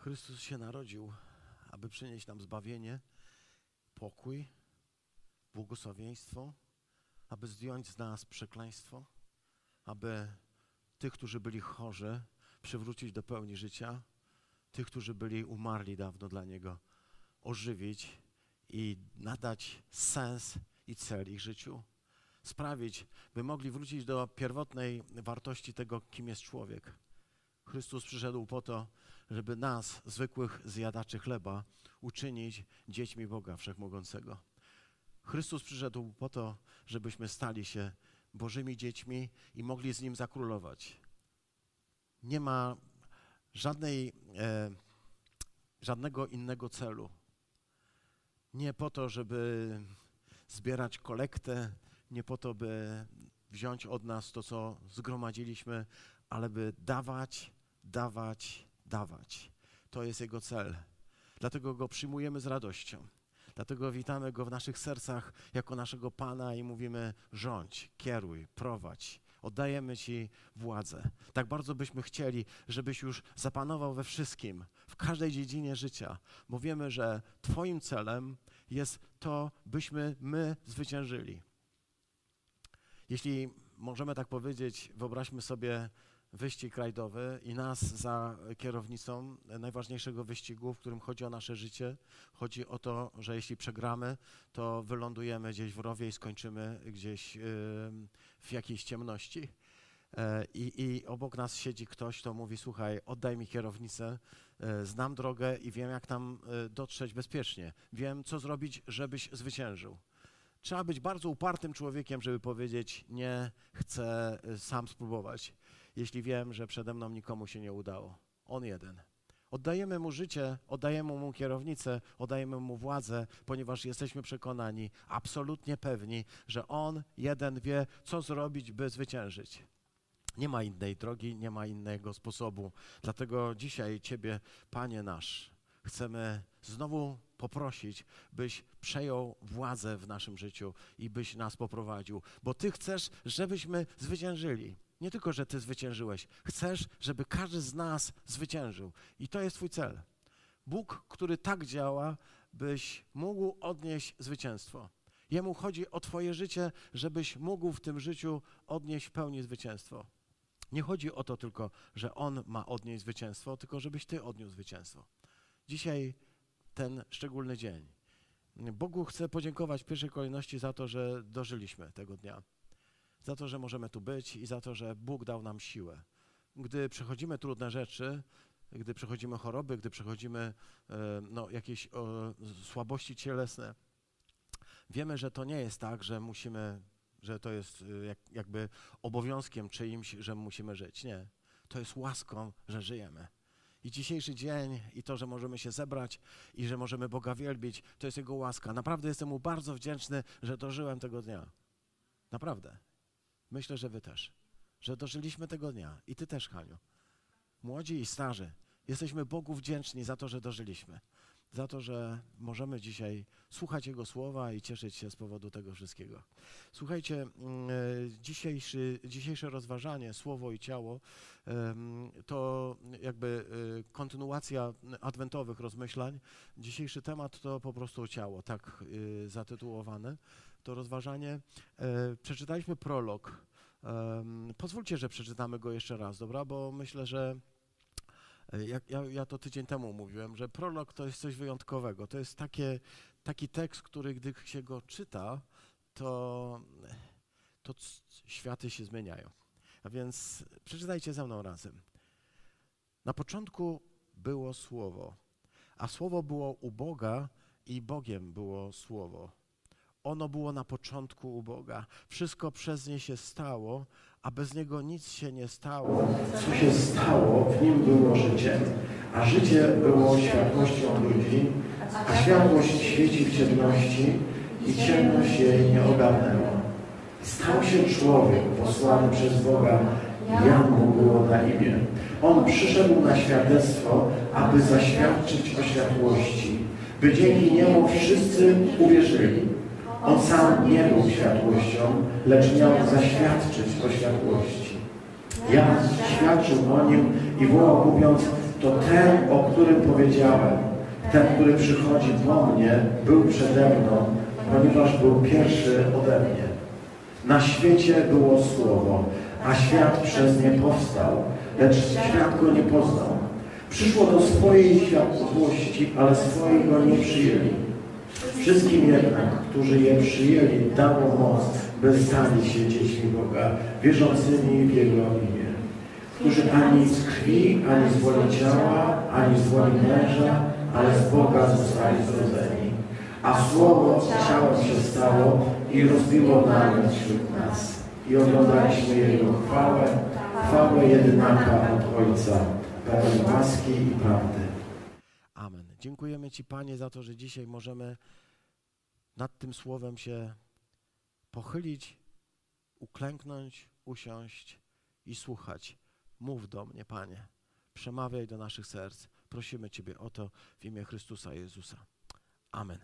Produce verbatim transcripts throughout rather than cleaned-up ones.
Chrystus się narodził, aby przynieść nam zbawienie, pokój, błogosławieństwo, aby zdjąć z nas przekleństwo, aby tych, którzy byli chorzy, przywrócić do pełni życia, tych, którzy byli umarli dawno dla Niego, ożywić i nadać sens i cel ich życiu. Sprawić, by mogli wrócić do pierwotnej wartości tego, kim jest człowiek. Chrystus przyszedł po to, żeby nas, zwykłych zjadaczy chleba, uczynić dziećmi Boga Wszechmogącego. Chrystus przyszedł po to, żebyśmy stali się Bożymi dziećmi i mogli z Nim zakrólować. Nie ma żadnej, e, żadnego innego celu. Nie po to, żeby zbierać kolektę, nie po to, by wziąć od nas to, co zgromadziliśmy, ale by dawać, dawać, dawać. To jest Jego cel. Dlatego Go przyjmujemy z radością. Dlatego witamy Go w naszych sercach jako naszego Pana i mówimy: rządź, kieruj, prowadź. Oddajemy Ci władzę. Tak bardzo byśmy chcieli, żebyś już zapanował we wszystkim, w każdej dziedzinie życia, bo wiemy, że Twoim celem jest to, byśmy my zwyciężyli. Jeśli możemy tak powiedzieć, wyobraźmy sobie wyścig rajdowy i nas za kierownicą najważniejszego wyścigu, w którym chodzi o nasze życie. Chodzi o to, że jeśli przegramy, to wylądujemy gdzieś w rowie i skończymy gdzieś w jakiejś ciemności. I, i obok nas siedzi ktoś, kto mówi: słuchaj, oddaj mi kierownicę, znam drogę i wiem, jak tam dotrzeć bezpiecznie. Wiem, co zrobić, żebyś zwyciężył. Trzeba być bardzo upartym człowiekiem, żeby powiedzieć: nie, chcę sam spróbować. Jeśli wiem, że przede mną nikomu się nie udało. On jeden. Oddajemy Mu życie, oddajemy Mu kierownicę, oddajemy Mu władzę, ponieważ jesteśmy przekonani, absolutnie pewni, że On jeden wie, co zrobić, by zwyciężyć. Nie ma innej drogi, nie ma innego sposobu. Dlatego dzisiaj Ciebie, Panie nasz, chcemy znowu poprosić, byś przejął władzę w naszym życiu i byś nas poprowadził. Bo Ty chcesz, żebyśmy zwyciężyli. Nie tylko, że Ty zwyciężyłeś. Chcesz, żeby każdy z nas zwyciężył. I to jest Twój cel. Bóg, który tak działa, byś mógł odnieść zwycięstwo. Jemu chodzi o Twoje życie, żebyś mógł w tym życiu odnieść w pełni zwycięstwo. Nie chodzi o to tylko, że On ma odnieść zwycięstwo, tylko żebyś Ty odniósł zwycięstwo. Dzisiaj ten szczególny dzień. Bogu chcę podziękować w pierwszej kolejności za to, że dożyliśmy tego dnia. Za to, że możemy tu być i za to, że Bóg dał nam siłę. Gdy przechodzimy trudne rzeczy, gdy przechodzimy choroby, gdy przechodzimy no, jakieś o, słabości cielesne, wiemy, że to nie jest tak, że musimy, że to jest jak, jakby obowiązkiem czyimś, że musimy żyć. Nie. To jest łaską, że żyjemy. I dzisiejszy dzień i to, że możemy się zebrać i że możemy Boga wielbić, to jest Jego łaska. Naprawdę jestem Mu bardzo wdzięczny, że dożyłem tego dnia. Naprawdę. Myślę, że Wy też. Że dożyliśmy tego dnia. I Ty też, Haniu. Młodzi i starzy. Jesteśmy Bogu wdzięczni za to, że dożyliśmy. Za to, że możemy dzisiaj słuchać Jego słowa i cieszyć się z powodu tego wszystkiego. Słuchajcie, dzisiejszy, dzisiejsze rozważanie, słowo i ciało, to jakby kontynuacja adwentowych rozmyślań. Dzisiejszy temat to po prostu ciało, tak zatytułowane. To rozważanie. Przeczytaliśmy prolog. Pozwólcie, że przeczytamy go jeszcze raz, dobra? Bo myślę, że Jak, ja, ja to tydzień temu mówiłem, że prolog to jest coś wyjątkowego. To jest takie, taki tekst, który gdy się go czyta, to, to światy się zmieniają. A więc przeczytajcie ze mną razem. Na początku było Słowo, a Słowo było u Boga i Bogiem było Słowo. Ono było na początku u Boga. Wszystko przez nie się stało, a bez Niego nic się nie stało. Co się stało, w Nim było życie, a życie było światłością ludzi, a światłość świeci w ciemności i ciemność jej nie ogarnęła. Stał się człowiek posłany przez Boga, Jan mu było na imię. On przyszedł na świadectwo, aby zaświadczyć o światłości, by dzięki Niemu wszyscy uwierzyli. On sam nie był światłością, lecz miał zaświadczyć o światłości. Jan świadczył o Nim i wołał, mówiąc: to ten, o którym powiedziałem, ten, który przychodzi po mnie, był przede mną, ponieważ był pierwszy ode mnie. Na świecie było Słowo, a świat przez nie powstał, lecz świat go nie poznał. Przyszło do swojej światłości, ale swoi go nie przyjęli. Wszystkim jednak, którzy je przyjęli, dało moc, by stali się dziećmi Boga, wierzącymi w Jego imię, którzy ani z krwi, ani z woli ciała, ani z woli męża, ale z Boga zostali zrodzeni. A Słowo ciałem się stało i rozbiło namiot wśród nas. I oglądaliśmy Jego chwałę, chwałę jedynaka od Ojca, pełen łaski i prawdy. Amen. Dziękujemy Ci, Panie, za to, że dzisiaj możemy nad tym Słowem się pochylić, uklęknąć, usiąść i słuchać. Mów do mnie, Panie. Przemawiaj do naszych serc. Prosimy Ciebie o to w imię Chrystusa Jezusa. Amen.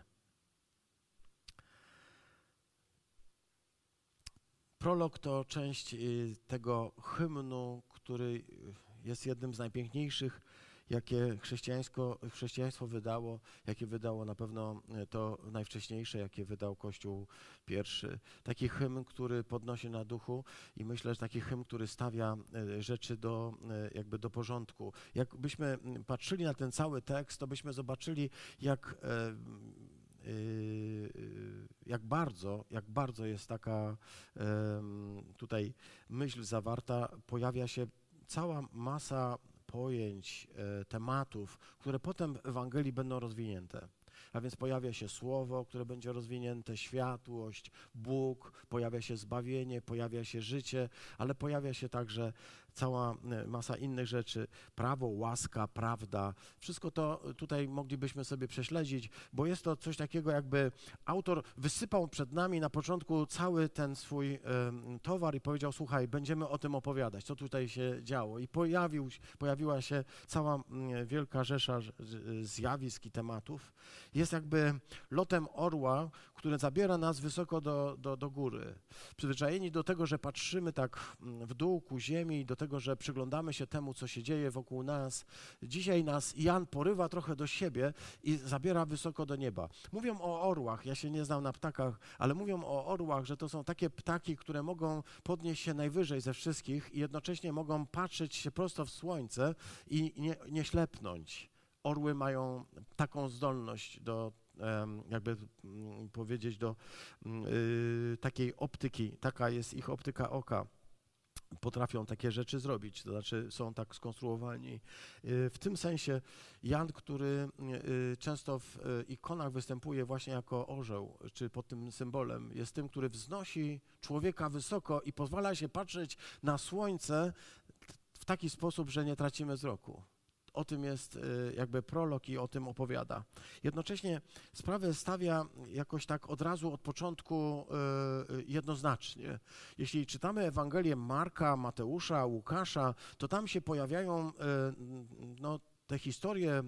Prolog to część tego hymnu, który jest jednym z najpiękniejszych, jakie chrześcijaństwo, chrześcijaństwo wydało, jakie wydało na pewno to najwcześniejsze, jakie wydał Kościół pierwszy. Taki hymn, który podnosi na duchu i myślę, że taki hymn, który stawia rzeczy do, jakby do porządku. Jakbyśmy patrzyli na ten cały tekst, to byśmy zobaczyli, jak jak bardzo, jak bardzo jest taka tutaj myśl zawarta, pojawia się cała masa pojęć, tematów, które potem w Ewangelii będą rozwinięte. A więc pojawia się Słowo, które będzie rozwinięte, światłość, Bóg, pojawia się zbawienie, pojawia się życie, ale pojawia się także cała masa innych rzeczy, prawo, łaska, prawda. Wszystko to tutaj moglibyśmy sobie prześledzić, bo jest to coś takiego, jakby autor wysypał przed nami na początku cały ten swój y, towar i powiedział, słuchaj, będziemy o tym opowiadać, co tutaj się działo. I pojawił, pojawiła się cała y, wielka rzesza y, zjawisk i tematów. Jest jakby lotem orła, który zabiera nas wysoko do, do, do góry. Przyzwyczajeni do tego, że patrzymy tak w dół ku ziemi, do tego, że przyglądamy się temu, co się dzieje wokół nas. Dzisiaj nas Jan porywa trochę do siebie i zabiera wysoko do nieba. Mówią o orłach, ja się nie znam na ptakach, ale mówią o orłach, że to są takie ptaki, które mogą podnieść się najwyżej ze wszystkich i jednocześnie mogą patrzeć się prosto w słońce i nie, nie ślepnąć. Orły mają taką zdolność do, jakby powiedzieć, do yy, takiej optyki, taka jest ich optyka oka. Potrafią takie rzeczy zrobić, to znaczy są tak skonstruowani. W tym sensie Jan, który często w ikonach występuje właśnie jako orzeł, czy pod tym symbolem, jest tym, który wznosi człowieka wysoko i pozwala się patrzeć na słońce w taki sposób, że nie tracimy wzroku. O tym jest jakby prolog i o tym opowiada. Jednocześnie sprawę stawia jakoś tak od razu, od początku jednoznacznie. Jeśli czytamy Ewangelię Marka, Mateusza, Łukasza, to tam się pojawiają no, te historie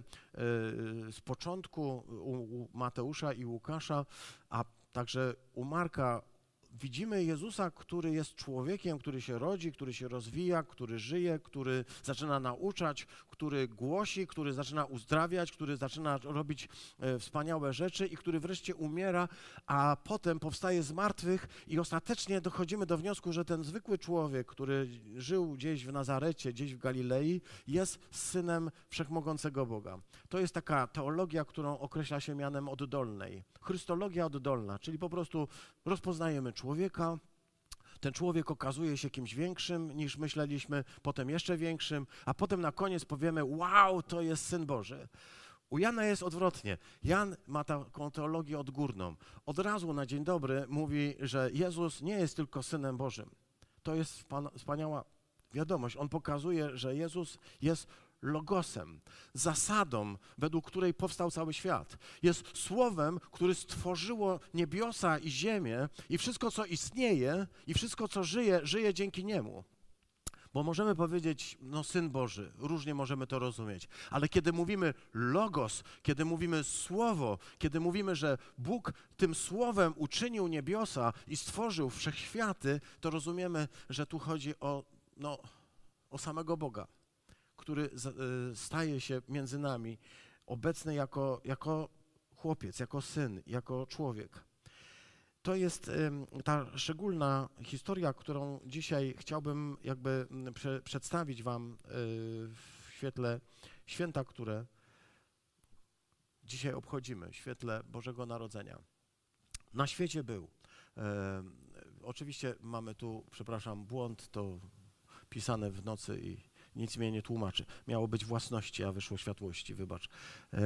z początku u Mateusza i Łukasza, a także u Marka widzimy Jezusa, który jest człowiekiem, który się rodzi, który się rozwija, który żyje, który zaczyna nauczać, który głosi, który zaczyna uzdrawiać, który zaczyna robić e, wspaniałe rzeczy i który wreszcie umiera, a potem powstaje z martwych i ostatecznie dochodzimy do wniosku, że ten zwykły człowiek, który żył gdzieś w Nazarecie, gdzieś w Galilei, jest synem wszechmogącego Boga. To jest taka teologia, którą określa się mianem oddolnej. Chrystologia oddolna, czyli po prostu rozpoznajemy człowieka, ten człowiek okazuje się kimś większym niż myśleliśmy, potem jeszcze większym, a potem na koniec powiemy, wow, to jest Syn Boży. U Jana jest odwrotnie. Jan ma taką teologię odgórną. Od razu na dzień dobry mówi, że Jezus nie jest tylko Synem Bożym. To jest wspaniała wiadomość. On pokazuje, że Jezus jest logosem, zasadą, według której powstał cały świat. Jest słowem, które stworzyło niebiosa i ziemię i wszystko, co istnieje i wszystko, co żyje, żyje dzięki Niemu. Bo możemy powiedzieć, no Syn Boży, różnie możemy to rozumieć, ale kiedy mówimy logos, kiedy mówimy słowo, kiedy mówimy, że Bóg tym słowem uczynił niebiosa i stworzył wszechświaty, to rozumiemy, że tu chodzi o, no, o samego Boga, który staje się między nami, obecny jako, jako chłopiec, jako syn, jako człowiek. To jest ta szczególna historia, którą dzisiaj chciałbym jakby prze, przedstawić wam w świetle święta, które dzisiaj obchodzimy, w świetle Bożego Narodzenia. Na świecie był. E, oczywiście mamy tu, przepraszam, błąd, to pisane w nocy i nic mnie nie tłumaczy. Miało być własności, a wyszło światłości, wybacz. E,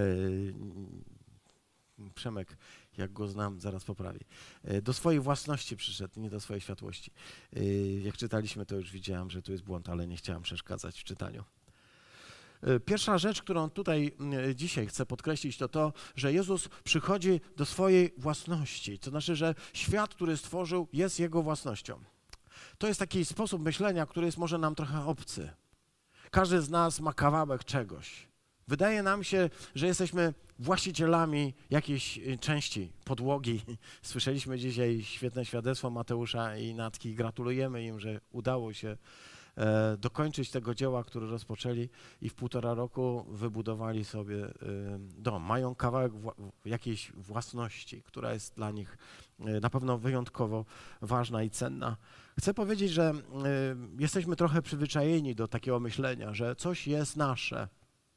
Przemek, jak go znam, zaraz poprawi. E, do swojej własności przyszedł, nie do swojej światłości. E, jak czytaliśmy, to już widziałem, że tu jest błąd, ale nie chciałem przeszkadzać w czytaniu. Pierwsza rzecz, którą tutaj dzisiaj chcę podkreślić, to to, że Jezus przychodzi do swojej własności. To znaczy, że świat, który stworzył, jest Jego własnością. To jest taki sposób myślenia, który jest może nam trochę obcy. Każdy z nas ma kawałek czegoś. Wydaje nam się, że jesteśmy właścicielami jakiejś części podłogi. Słyszeliśmy dzisiaj świetne świadectwo Mateusza i Natki. Gratulujemy im, że udało się dokończyć tego dzieła, które rozpoczęli i w półtora roku wybudowali sobie dom. Mają kawałek jakiejś własności, która jest dla nich na pewno wyjątkowo ważna i cenna. Chcę powiedzieć, że jesteśmy trochę przyzwyczajeni do takiego myślenia, że coś jest nasze.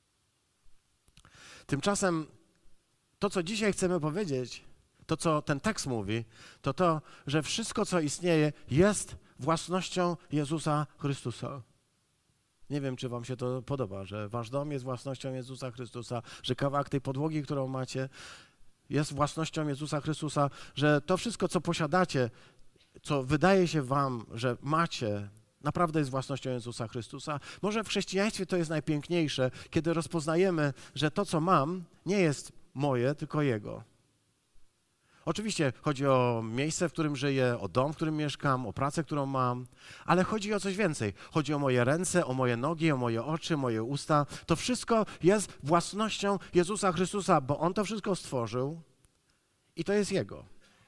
Tymczasem to, co dzisiaj chcemy powiedzieć, to, co ten tekst mówi, to to, że wszystko, co istnieje, jest własnością Jezusa Chrystusa. Nie wiem, czy wam się to podoba, że wasz dom jest własnością Jezusa Chrystusa, że kawałek tej podłogi, którą macie, jest własnością Jezusa Chrystusa, że to wszystko, co posiadacie, co wydaje się wam, że macie, naprawdę jest własnością Jezusa Chrystusa. Może w chrześcijaństwie to jest najpiękniejsze, kiedy rozpoznajemy, że to, co mam, nie jest moje, tylko Jego. Oczywiście chodzi o miejsce, w którym żyję, o dom, w którym mieszkam, o pracę, którą mam, ale chodzi o coś więcej. Chodzi o moje ręce, o moje nogi, o moje oczy, moje usta. To wszystko jest własnością Jezusa Chrystusa, bo On to wszystko stworzył i to jest Jego.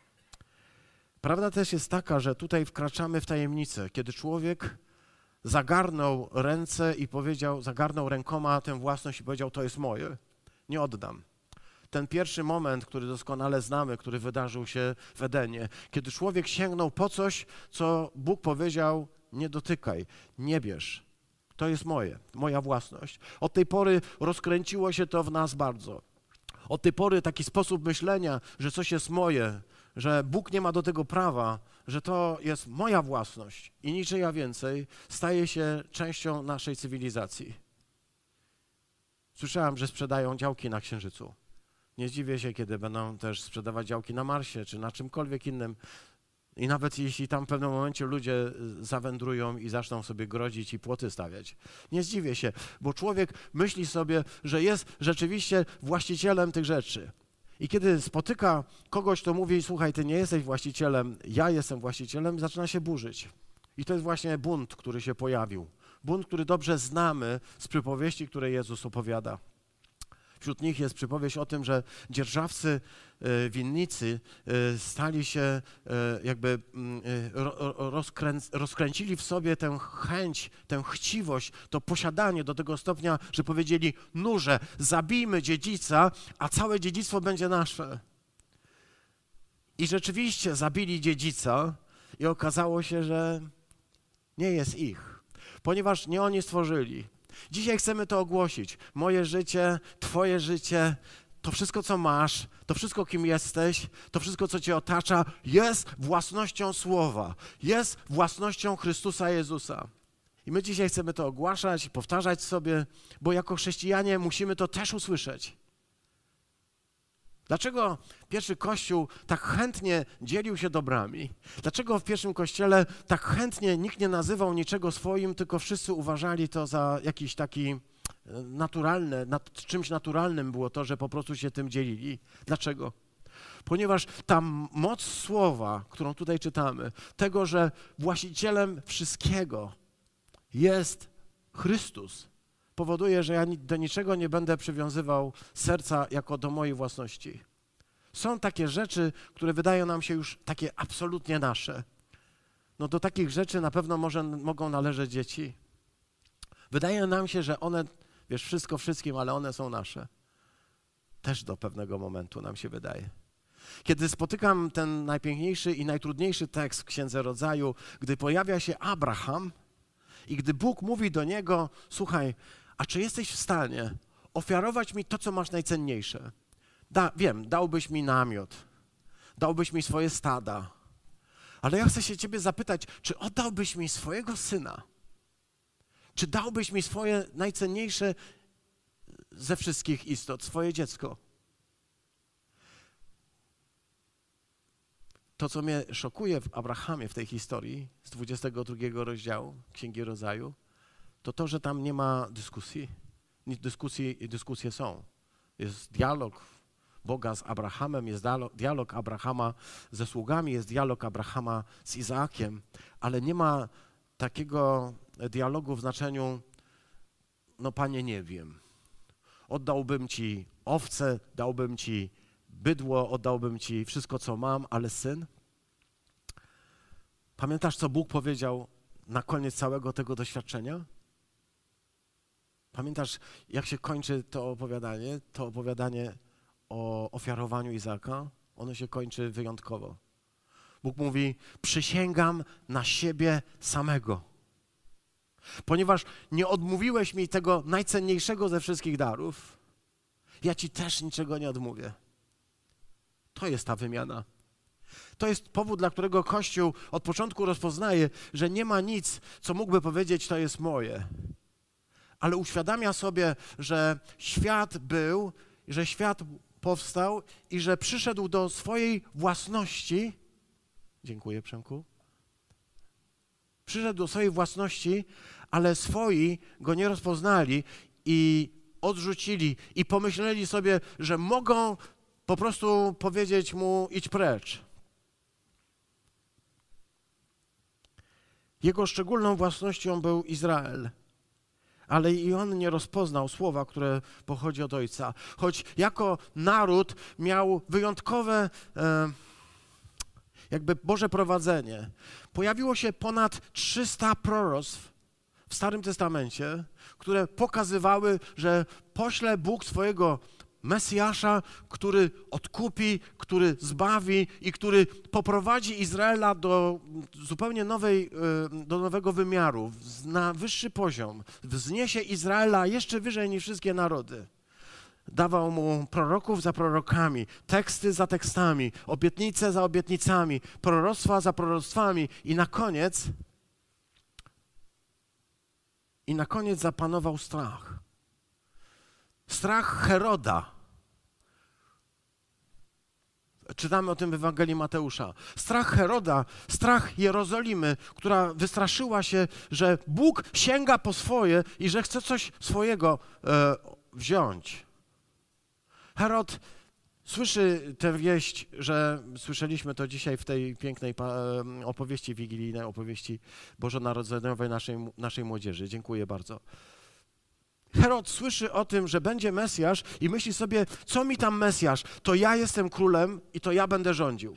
Prawda też jest taka, że tutaj wkraczamy w tajemnicę, kiedy człowiek zagarnął ręce i powiedział, zagarnął rękoma tę własność i powiedział, to jest moje, nie oddam. Ten pierwszy moment, który doskonale znamy, który wydarzył się w Edenie, kiedy człowiek sięgnął po coś, co Bóg powiedział, nie dotykaj, nie bierz. To jest moje, moja własność. Od tej pory rozkręciło się to w nas bardzo. Od tej pory taki sposób myślenia, że coś jest moje, że Bóg nie ma do tego prawa, że to jest moja własność i niczyja więcej, staje się częścią naszej cywilizacji. Słyszałem, że sprzedają działki na Księżycu. Nie zdziwię się, kiedy będą też sprzedawać działki na Marsie czy na czymkolwiek innym. I nawet jeśli tam w pewnym momencie ludzie zawędrują i zaczną sobie grodzić i płoty stawiać. Nie zdziwię się, bo człowiek myśli sobie, że jest rzeczywiście właścicielem tych rzeczy. I kiedy spotyka kogoś, kto mówi, słuchaj, ty nie jesteś właścicielem, ja jestem właścicielem, zaczyna się burzyć. I to jest właśnie bunt, który się pojawił. Bunt, który dobrze znamy z przypowieści, które Jezus opowiada. Wśród nich jest przypowieść o tym, że dzierżawcy winnicy stali się jakby, rozkręc, rozkręcili w sobie tę chęć, tę chciwość, to posiadanie do tego stopnia, że powiedzieli, nurze, zabijmy dziedzica, a całe dziedzictwo będzie nasze. I rzeczywiście zabili dziedzica i okazało się, że nie jest ich, ponieważ nie oni stworzyli. Dzisiaj chcemy to ogłosić. Moje życie, twoje życie, to wszystko, co masz, to wszystko, kim jesteś, to wszystko, co cię otacza, jest własnością Słowa, jest własnością Chrystusa Jezusa. I my dzisiaj chcemy to ogłaszać, powtarzać sobie, bo jako chrześcijanie musimy to też usłyszeć. Dlaczego pierwszy Kościół tak chętnie dzielił się dobrami? Dlaczego w pierwszym Kościele tak chętnie nikt nie nazywał niczego swoim, tylko wszyscy uważali to za jakiś taki naturalny, nad, czymś naturalnym było to, że po prostu się tym dzielili? Dlaczego? Ponieważ ta moc słowa, którą tutaj czytamy, tego, że właścicielem wszystkiego jest Chrystus, powoduje, że ja do niczego nie będę przywiązywał serca jako do mojej własności. Są takie rzeczy, które wydają nam się już takie absolutnie nasze. No do takich rzeczy na pewno może, mogą należeć dzieci. Wydaje nam się, że one, wiesz, wszystko wszystkim, ale one są nasze. Też do pewnego momentu nam się wydaje. Kiedy spotykam ten najpiękniejszy i najtrudniejszy tekst w Księdze Rodzaju, gdy pojawia się Abraham i gdy Bóg mówi do niego, słuchaj, a czy jesteś w stanie ofiarować mi to, co masz najcenniejsze? Da, wiem, dałbyś mi namiot, dałbyś mi swoje stada, ale ja chcę się ciebie zapytać, czy oddałbyś mi swojego syna? Czy dałbyś mi swoje najcenniejsze ze wszystkich istot, swoje dziecko? To, co mnie szokuje w Abrahamie w tej historii z dwudziestego drugiego rozdziału Księgi Rodzaju, to to, że tam nie ma dyskusji. Dyskusji, dyskusje są. Jest dialog Boga z Abrahamem, jest dialog Abrahama ze sługami, jest dialog Abrahama z Izaakiem, ale nie ma takiego dialogu w znaczeniu, no Panie, nie wiem, oddałbym Ci owce, dałbym Ci bydło, oddałbym Ci wszystko, co mam, ale syn? Pamiętasz, co Bóg powiedział na koniec całego tego doświadczenia? Pamiętasz, jak się kończy to opowiadanie, to opowiadanie o ofiarowaniu Izaaka? Ono się kończy wyjątkowo. Bóg mówi, przysięgam na siebie samego. Ponieważ nie odmówiłeś mi tego najcenniejszego ze wszystkich darów, ja Ci też niczego nie odmówię. To jest ta wymiana. To jest powód, dla którego Kościół od początku rozpoznaje, że nie ma nic, co mógłby powiedzieć, to jest moje. Ale uświadamia sobie, że świat był, że świat powstał i że przyszedł do swojej własności. Dziękuję, Przemku. Przyszedł do swojej własności, ale swoi go nie rozpoznali i odrzucili i pomyśleli sobie, że mogą po prostu powiedzieć mu idź precz. Jego szczególną własnością był Izrael, ale i on nie rozpoznał słowa, które pochodzi od Ojca. Choć jako naród miał wyjątkowe e, jakby Boże prowadzenie. Pojawiło się ponad trzysta proroctw w Starym Testamencie, które pokazywały, że pośle Bóg swojego Mesjasza, który odkupi, który zbawi i który poprowadzi Izraela do zupełnie nowej, do nowego wymiaru, na wyższy poziom, wzniesie Izraela jeszcze wyżej niż wszystkie narody. Dawał mu proroków za prorokami, teksty za tekstami, obietnice za obietnicami, proroctwa za proroctwami i na koniec i na koniec zapanował strach. Strach Heroda. Czytamy o tym w Ewangelii Mateusza. Strach Heroda, strach Jerozolimy, która wystraszyła się, że Bóg sięga po swoje i że chce coś swojego e, wziąć. Herod słyszy tę wieść, że słyszeliśmy to dzisiaj w tej pięknej opowieści wigilijnej, opowieści bożonarodzeniowej naszej, naszej młodzieży. Dziękuję bardzo. Herod słyszy o tym, że będzie Mesjasz i myśli sobie, co mi tam Mesjasz? To ja jestem królem i to ja będę rządził.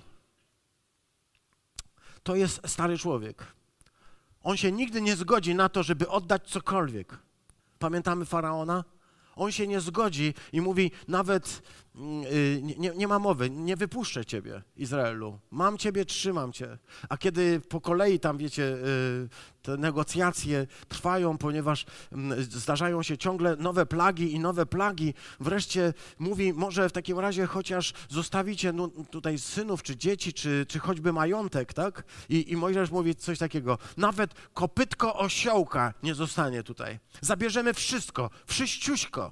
To jest stary człowiek. On się nigdy nie zgodzi na to, żeby oddać cokolwiek. Pamiętamy Faraona? On się nie zgodzi i mówi, nawet yy, nie, nie ma mowy, nie wypuszczę ciebie, Izraelu. Mam ciebie, trzymam cię. A kiedy po kolei tam, wiecie, yy, te negocjacje trwają, ponieważ yy, zdarzają się ciągle nowe plagi i nowe plagi, wreszcie mówi, może w takim razie chociaż zostawicie no, tutaj synów, czy dzieci, czy, czy choćby majątek, tak? I, I Mojżesz mówi coś takiego, nawet kopytko osiołka nie zostanie tutaj. Zabierzemy wszystko, wszyściuśko.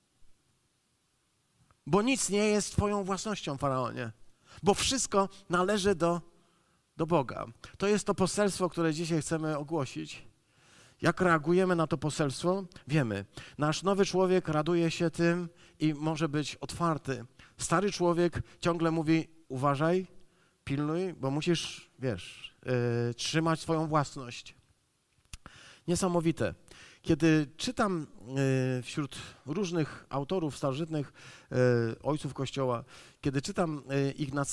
Bo nic nie jest twoją własnością, Faraonie. Bo wszystko należy do, do Boga. To jest to poselstwo, które dzisiaj chcemy ogłosić. Jak reagujemy na to poselstwo? Wiemy. Nasz nowy człowiek raduje się tym i może być otwarty. Stary człowiek ciągle mówi, uważaj, pilnuj, bo musisz, wiesz, yy, trzymać swoją własność. Niesamowite. Kiedy czytam y, wśród różnych autorów starożytnych, y, ojców Kościoła, kiedy czytam y, Ignacego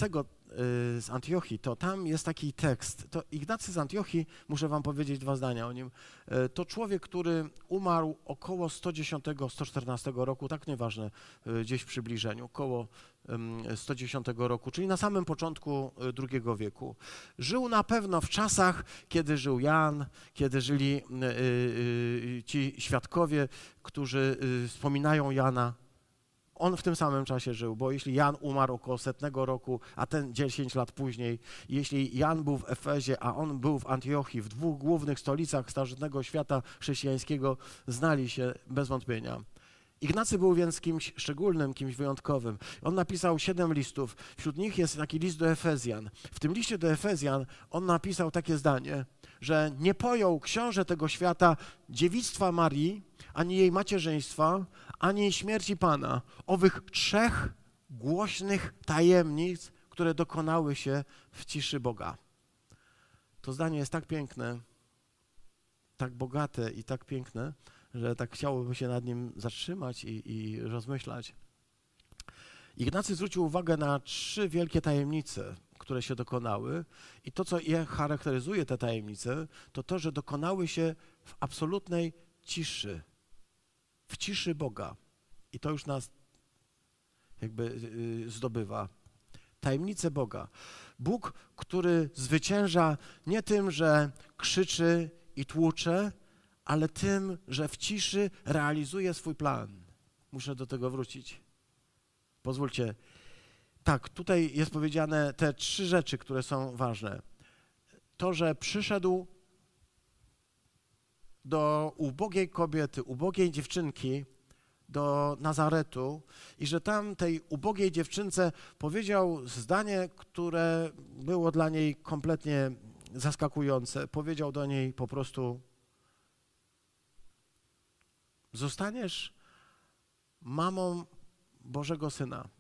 z Antiochii, to tam jest taki tekst. To Ignacy z Antiochii, muszę wam powiedzieć dwa zdania o nim. To człowiek, który umarł około sto dziesiątego, sto czternastego roku, tak nieważne, gdzieś w przybliżeniu, około sto dziesiątego roku, czyli na samym początku drugiego wieku. Żył na pewno w czasach, kiedy żył Jan, kiedy żyli ci świadkowie, którzy wspominają Jana. On w tym samym czasie żył, bo jeśli Jan umarł około setnego roku, a ten dziesięć lat później, jeśli Jan był w Efezie, a on był w Antiochii, w dwóch głównych stolicach starożytnego świata chrześcijańskiego, znali się bez wątpienia. Ignacy był więc kimś szczególnym, kimś wyjątkowym. On napisał siedem listów, wśród nich jest taki list do Efezjan. W tym liście do Efezjan on napisał takie zdanie, że nie pojął książę tego świata dziewictwa Marii, ani jej macierzyństwa, ani śmierci Pana. Owych trzech głośnych tajemnic, które dokonały się w ciszy Boga. To zdanie jest tak piękne, tak bogate i tak piękne, że tak chciałoby się nad nim zatrzymać i, i rozmyślać. Ignacy zwrócił uwagę na trzy wielkie tajemnice, które się dokonały i to, co je charakteryzuje te tajemnice, to to, że dokonały się w absolutnej ciszy, w ciszy Boga. I to już nas jakby zdobywa. Tajemnice Boga. Bóg, który zwycięża nie tym, że krzyczy i tłucze, ale tym, że w ciszy realizuje swój plan. Muszę do tego wrócić. Pozwólcie. Tak, tutaj jest powiedziane te trzy rzeczy, które są ważne. To, że przyszedł do ubogiej kobiety, ubogiej dziewczynki, do Nazaretu i że tam tej ubogiej dziewczynce powiedział zdanie, które było dla niej kompletnie zaskakujące. Powiedział do niej po prostu: zostaniesz mamą Bożego Syna.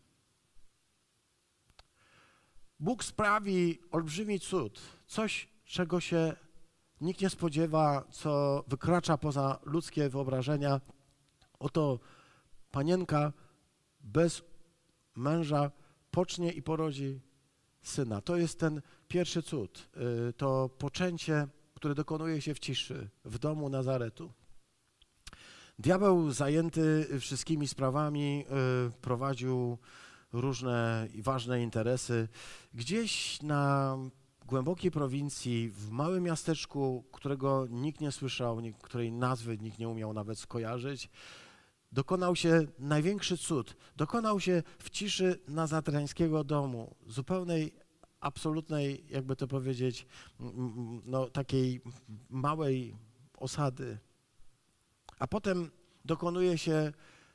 Bóg sprawi olbrzymi cud, coś, czego się nikt nie spodziewa, co wykracza poza ludzkie wyobrażenia. Oto panienka bez męża pocznie i porodzi syna. To jest ten pierwszy cud, to poczęcie, które dokonuje się w ciszy, w domu Nazaretu. Diabeł zajęty wszystkimi sprawami prowadził różne i ważne interesy. Gdzieś na głębokiej prowincji, w małym miasteczku, którego nikt nie słyszał, której nazwy nikt nie umiał nawet skojarzyć, dokonał się największy cud. Dokonał się w ciszy nazareńskiego domu, zupełnej, absolutnej, jakby to powiedzieć, no, takiej małej osady. A potem dokonuje się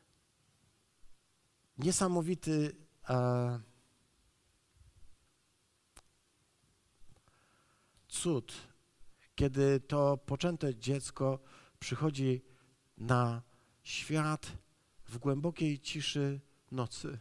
niesamowity e, cud, kiedy to poczęte dziecko przychodzi na świat w głębokiej ciszy nocy.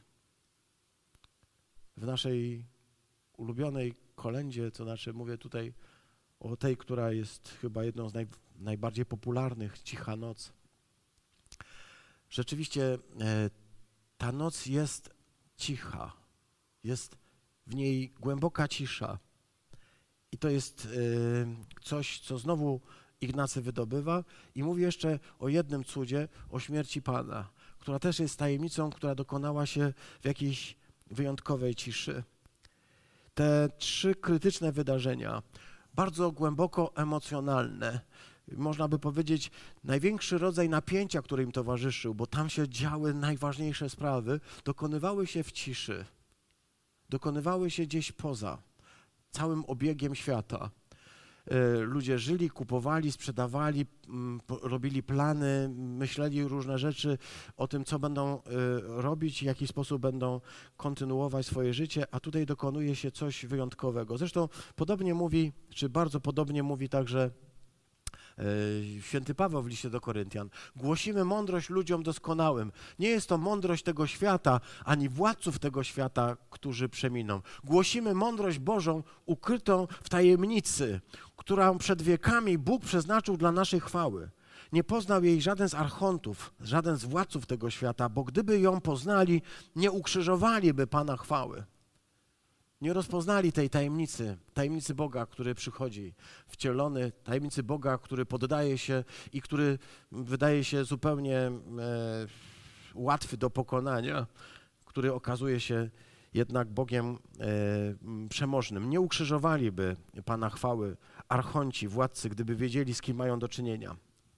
W naszej ulubionej kolędzie, to znaczy mówię tutaj o tej, która jest chyba jedną z naj, najbardziej popularnych, Cicha Noc. Rzeczywiście e, ta noc jest cicha, jest w niej głęboka cisza. I to jest y, coś, co znowu Ignacy wydobywa i mówi jeszcze o jednym cudzie, o śmierci Pana, która też jest tajemnicą, która dokonała się w jakiejś wyjątkowej ciszy. Te trzy krytyczne wydarzenia, bardzo głęboko emocjonalne, można by powiedzieć największy rodzaj napięcia, który im towarzyszył, bo tam się działy najważniejsze sprawy, dokonywały się w ciszy, dokonywały się gdzieś poza całym obiegiem świata. Ludzie żyli, kupowali, sprzedawali, robili plany, myśleli różne rzeczy o tym, co będą robić, w jaki sposób będą kontynuować swoje życie, a tutaj dokonuje się coś wyjątkowego. Zresztą podobnie mówi, czy bardzo podobnie mówi także święty Paweł w liście do Koryntian. Głosimy mądrość ludziom doskonałym. Nie jest to mądrość tego świata, ani władców tego świata, którzy przeminą. Głosimy mądrość Bożą ukrytą w tajemnicy, którą przed wiekami Bóg przeznaczył dla naszej chwały. Nie poznał jej żaden z archontów, żaden z władców tego świata, bo gdyby ją poznali, nie ukrzyżowaliby Pana chwały. Nie rozpoznali tej tajemnicy, tajemnicy Boga, który przychodzi wcielony, tajemnicy Boga, który poddaje się i który wydaje się zupełnie e, łatwy do pokonania, który okazuje się jednak Bogiem e, przemożnym. Nie ukrzyżowaliby Pana chwały archonci, władcy, gdyby wiedzieli, z kim mają do czynienia.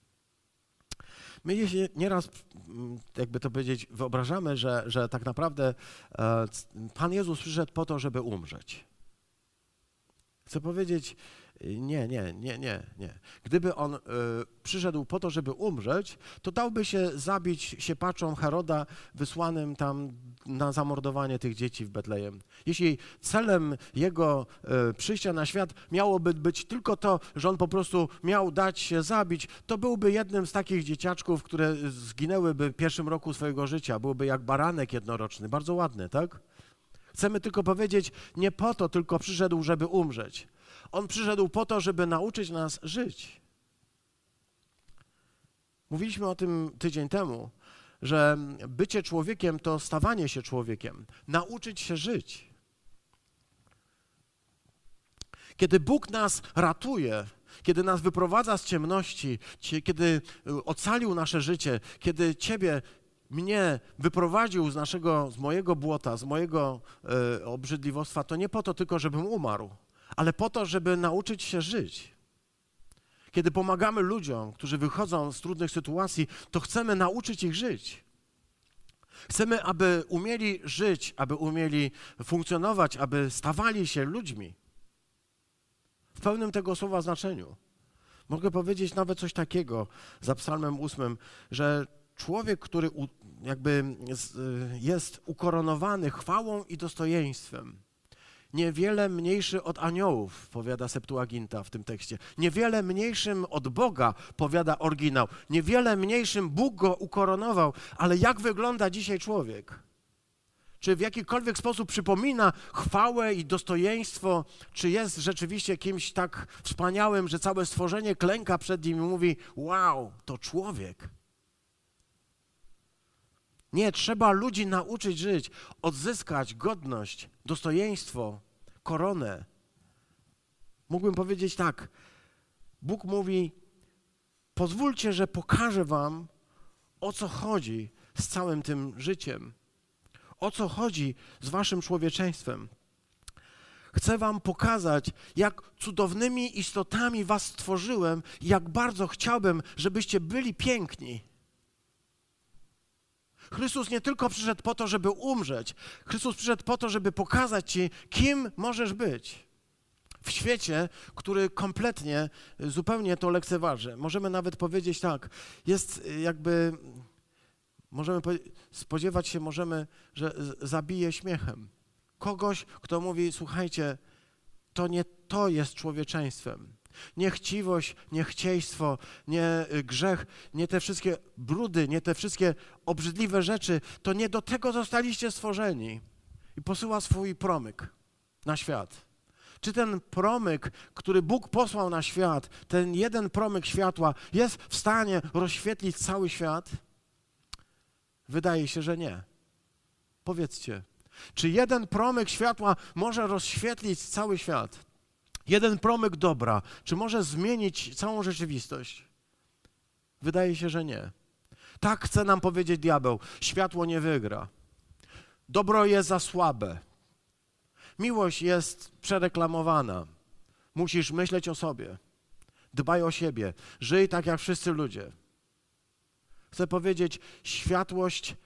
My się nieraz, jakby to powiedzieć, wyobrażamy, że, że tak naprawdę e, Pan Jezus przyszedł po to, żeby umrzeć. Chcę powiedzieć, nie, nie, nie, nie, nie. Gdyby On y, przyszedł po to, żeby umrzeć, to dałby się zabić siepaczom Heroda wysłanym tam na zamordowanie tych dzieci w Betlejem. Jeśli celem Jego y, przyjścia na świat miałoby być tylko to, że On po prostu miał dać się zabić, to byłby jednym z takich dzieciaczków, które zginęłyby w pierwszym roku swojego życia. Byłby jak baranek jednoroczny, bardzo ładny, tak? Chcemy tylko powiedzieć, nie po to tylko przyszedł, żeby umrzeć. On przyszedł po to, żeby nauczyć nas żyć. Mówiliśmy o tym tydzień temu, że bycie człowiekiem to stawanie się człowiekiem, nauczyć się żyć. Kiedy Bóg nas ratuje, kiedy nas wyprowadza z ciemności, kiedy ocalił nasze życie, kiedy Ciebie, mnie wyprowadził z naszego, z mojego błota, z mojego e, obrzydliwostwa, to nie po to tylko, żebym umarł, ale po to, żeby nauczyć się żyć. Kiedy pomagamy ludziom, którzy wychodzą z trudnych sytuacji, to chcemy nauczyć ich żyć. Chcemy, aby umieli żyć, aby umieli funkcjonować, aby stawali się ludźmi. W pełnym tego słowa znaczeniu. Mogę powiedzieć nawet coś takiego za psalmem ósmym, że człowiek, który jakby jest ukoronowany chwałą i dostojeństwem, niewiele mniejszy od aniołów, powiada Septuaginta w tym tekście. Niewiele mniejszym od Boga, powiada oryginał. Niewiele mniejszym Bóg go ukoronował, ale jak wygląda dzisiaj człowiek? Czy w jakikolwiek sposób przypomina chwałę i dostojeństwo? Czy jest rzeczywiście kimś tak wspaniałym, że całe stworzenie klęka przed nim i mówi: wow, to człowiek? Nie, trzeba ludzi nauczyć żyć, odzyskać godność, dostojeństwo, koronę. Mógłbym powiedzieć tak, Bóg mówi: pozwólcie, że pokażę wam, o co chodzi z całym tym życiem, o co chodzi z waszym człowieczeństwem. Chcę wam pokazać, jak cudownymi istotami was stworzyłem i jak bardzo chciałbym, żebyście byli piękni. Chrystus nie tylko przyszedł po to, żeby umrzeć. Chrystus przyszedł po to, żeby pokazać ci, kim możesz być. W świecie, który kompletnie, zupełnie to lekceważy. Możemy nawet powiedzieć tak, jest jakby, możemy spodziewać się, możemy, że zabije śmiechem. Kogoś, kto mówi: słuchajcie, to nie to jest człowieczeństwem. Nie chciwość, nie chcieństwo, nie grzech, nie te wszystkie brudy, nie te wszystkie obrzydliwe rzeczy, to nie do tego zostaliście stworzeni. I posyła swój promyk na świat. Czy ten promyk, który Bóg posłał na świat, ten jeden promyk światła jest w stanie rozświetlić cały świat? Wydaje się, że nie. Powiedzcie, czy jeden promyk światła może rozświetlić cały świat? Jeden promyk dobra, czy może zmienić całą rzeczywistość? Wydaje się, że nie. Tak chce nam powiedzieć diabeł. Światło nie wygra. Dobro jest za słabe. Miłość jest przereklamowana. Musisz myśleć o sobie. Dbaj o siebie. Żyj tak jak wszyscy ludzie. Chcę powiedzieć, światłość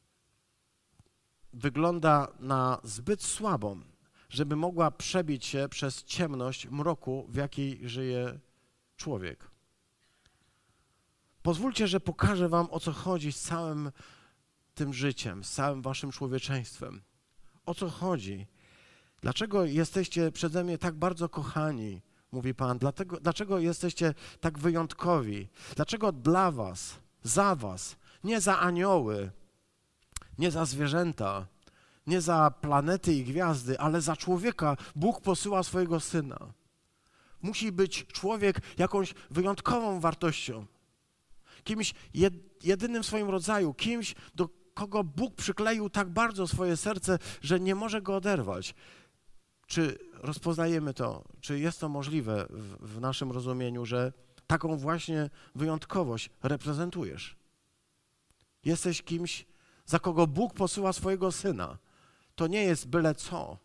wygląda na zbyt słabą, żeby mogła przebić się przez ciemność mroku, w jakiej żyje człowiek. Pozwólcie, że pokażę wam, o co chodzi z całym tym życiem, z całym waszym człowieczeństwem. O co chodzi? Dlaczego jesteście przeze mnie tak bardzo kochani, mówi Pan? Dlatego, dlaczego jesteście tak wyjątkowi? Dlaczego dla was, za was, nie za anioły, nie za zwierzęta, nie za planety i gwiazdy, ale za człowieka Bóg posyła swojego Syna. Musi być człowiek jakąś wyjątkową wartością, kimś jedynym w swoim rodzaju, kimś, do kogo Bóg przykleił tak bardzo swoje serce, że nie może go oderwać. Czy rozpoznajemy to, czy jest to możliwe w, w naszym rozumieniu, że taką właśnie wyjątkowość reprezentujesz? Jesteś kimś, za kogo Bóg posyła swojego Syna. To nie jest byle co.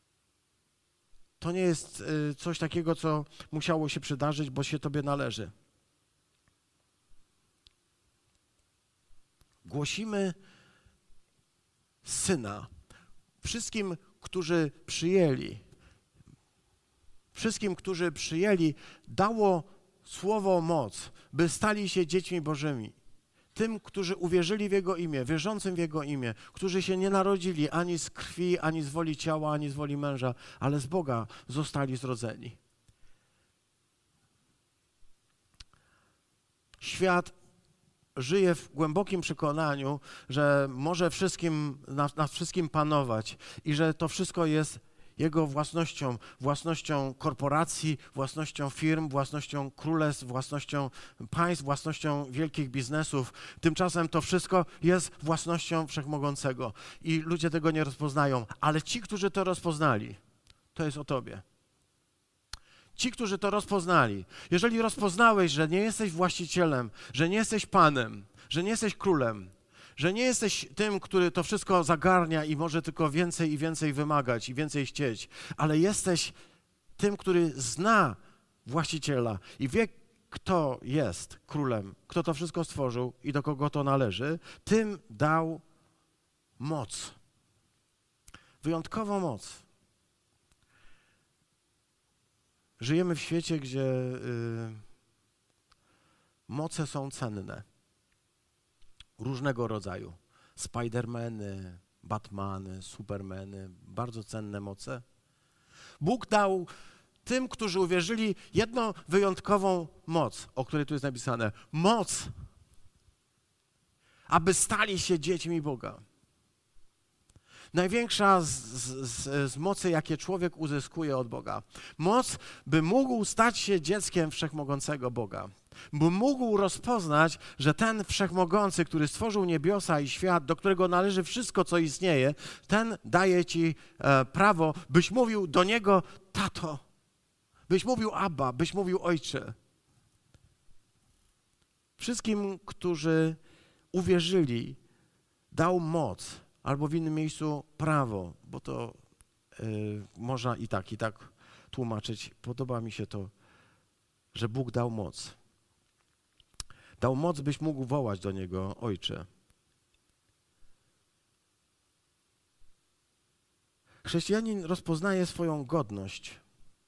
To nie jest y, coś takiego, co musiało się przydarzyć, bo się Tobie należy. Głosimy Syna wszystkim, którzy przyjęli. Wszystkim, którzy przyjęli, dało słowo moc, by stali się dziećmi Bożymi. Tym, którzy uwierzyli w Jego imię, wierzącym w Jego imię, którzy się nie narodzili ani z krwi, ani z woli ciała, ani z woli męża, ale z Boga zostali zrodzeni. Świat żyje w głębokim przekonaniu, że może wszystkim, nad, nad wszystkim panować i że to wszystko jest jego własnością, własnością korporacji, własnością firm, własnością królestw, własnością państw, własnością wielkich biznesów. Tymczasem to wszystko jest własnością Wszechmogącego i ludzie tego nie rozpoznają, ale ci, którzy to rozpoznali, to jest o Tobie. Ci, którzy to rozpoznali, jeżeli rozpoznałeś, że nie jesteś właścicielem, że nie jesteś panem, że nie jesteś królem, że nie jesteś tym, który to wszystko zagarnia i może tylko więcej i więcej wymagać i więcej chcieć, ale jesteś tym, który zna właściciela i wie, kto jest królem, kto to wszystko stworzył i do kogo to należy, tym dał moc. Wyjątkową moc. Żyjemy w świecie, gdzie y, moce są cenne. Różnego rodzaju. Spidermany, Batmany, Supermany, bardzo cenne moce. Bóg dał tym, którzy uwierzyli, jedną wyjątkową moc, o której tu jest napisane. Moc, aby stali się dziećmi Boga. Największa z, z, z mocy, jakie człowiek uzyskuje od Boga. Moc, by mógł stać się dzieckiem Wszechmogącego Boga. By mógł rozpoznać, że ten Wszechmogący, który stworzył niebiosa i świat, do którego należy wszystko, co istnieje, ten daje ci e, prawo, byś mówił do Niego tato, byś mówił Abba, byś mówił Ojcze. Wszystkim, którzy uwierzyli, dał moc, albo w innym miejscu prawo, bo to y, można i tak, i tak tłumaczyć. Podoba mi się to, że Bóg dał moc. Dał moc, byś mógł wołać do Niego Ojcze. Chrześcijanin rozpoznaje swoją godność,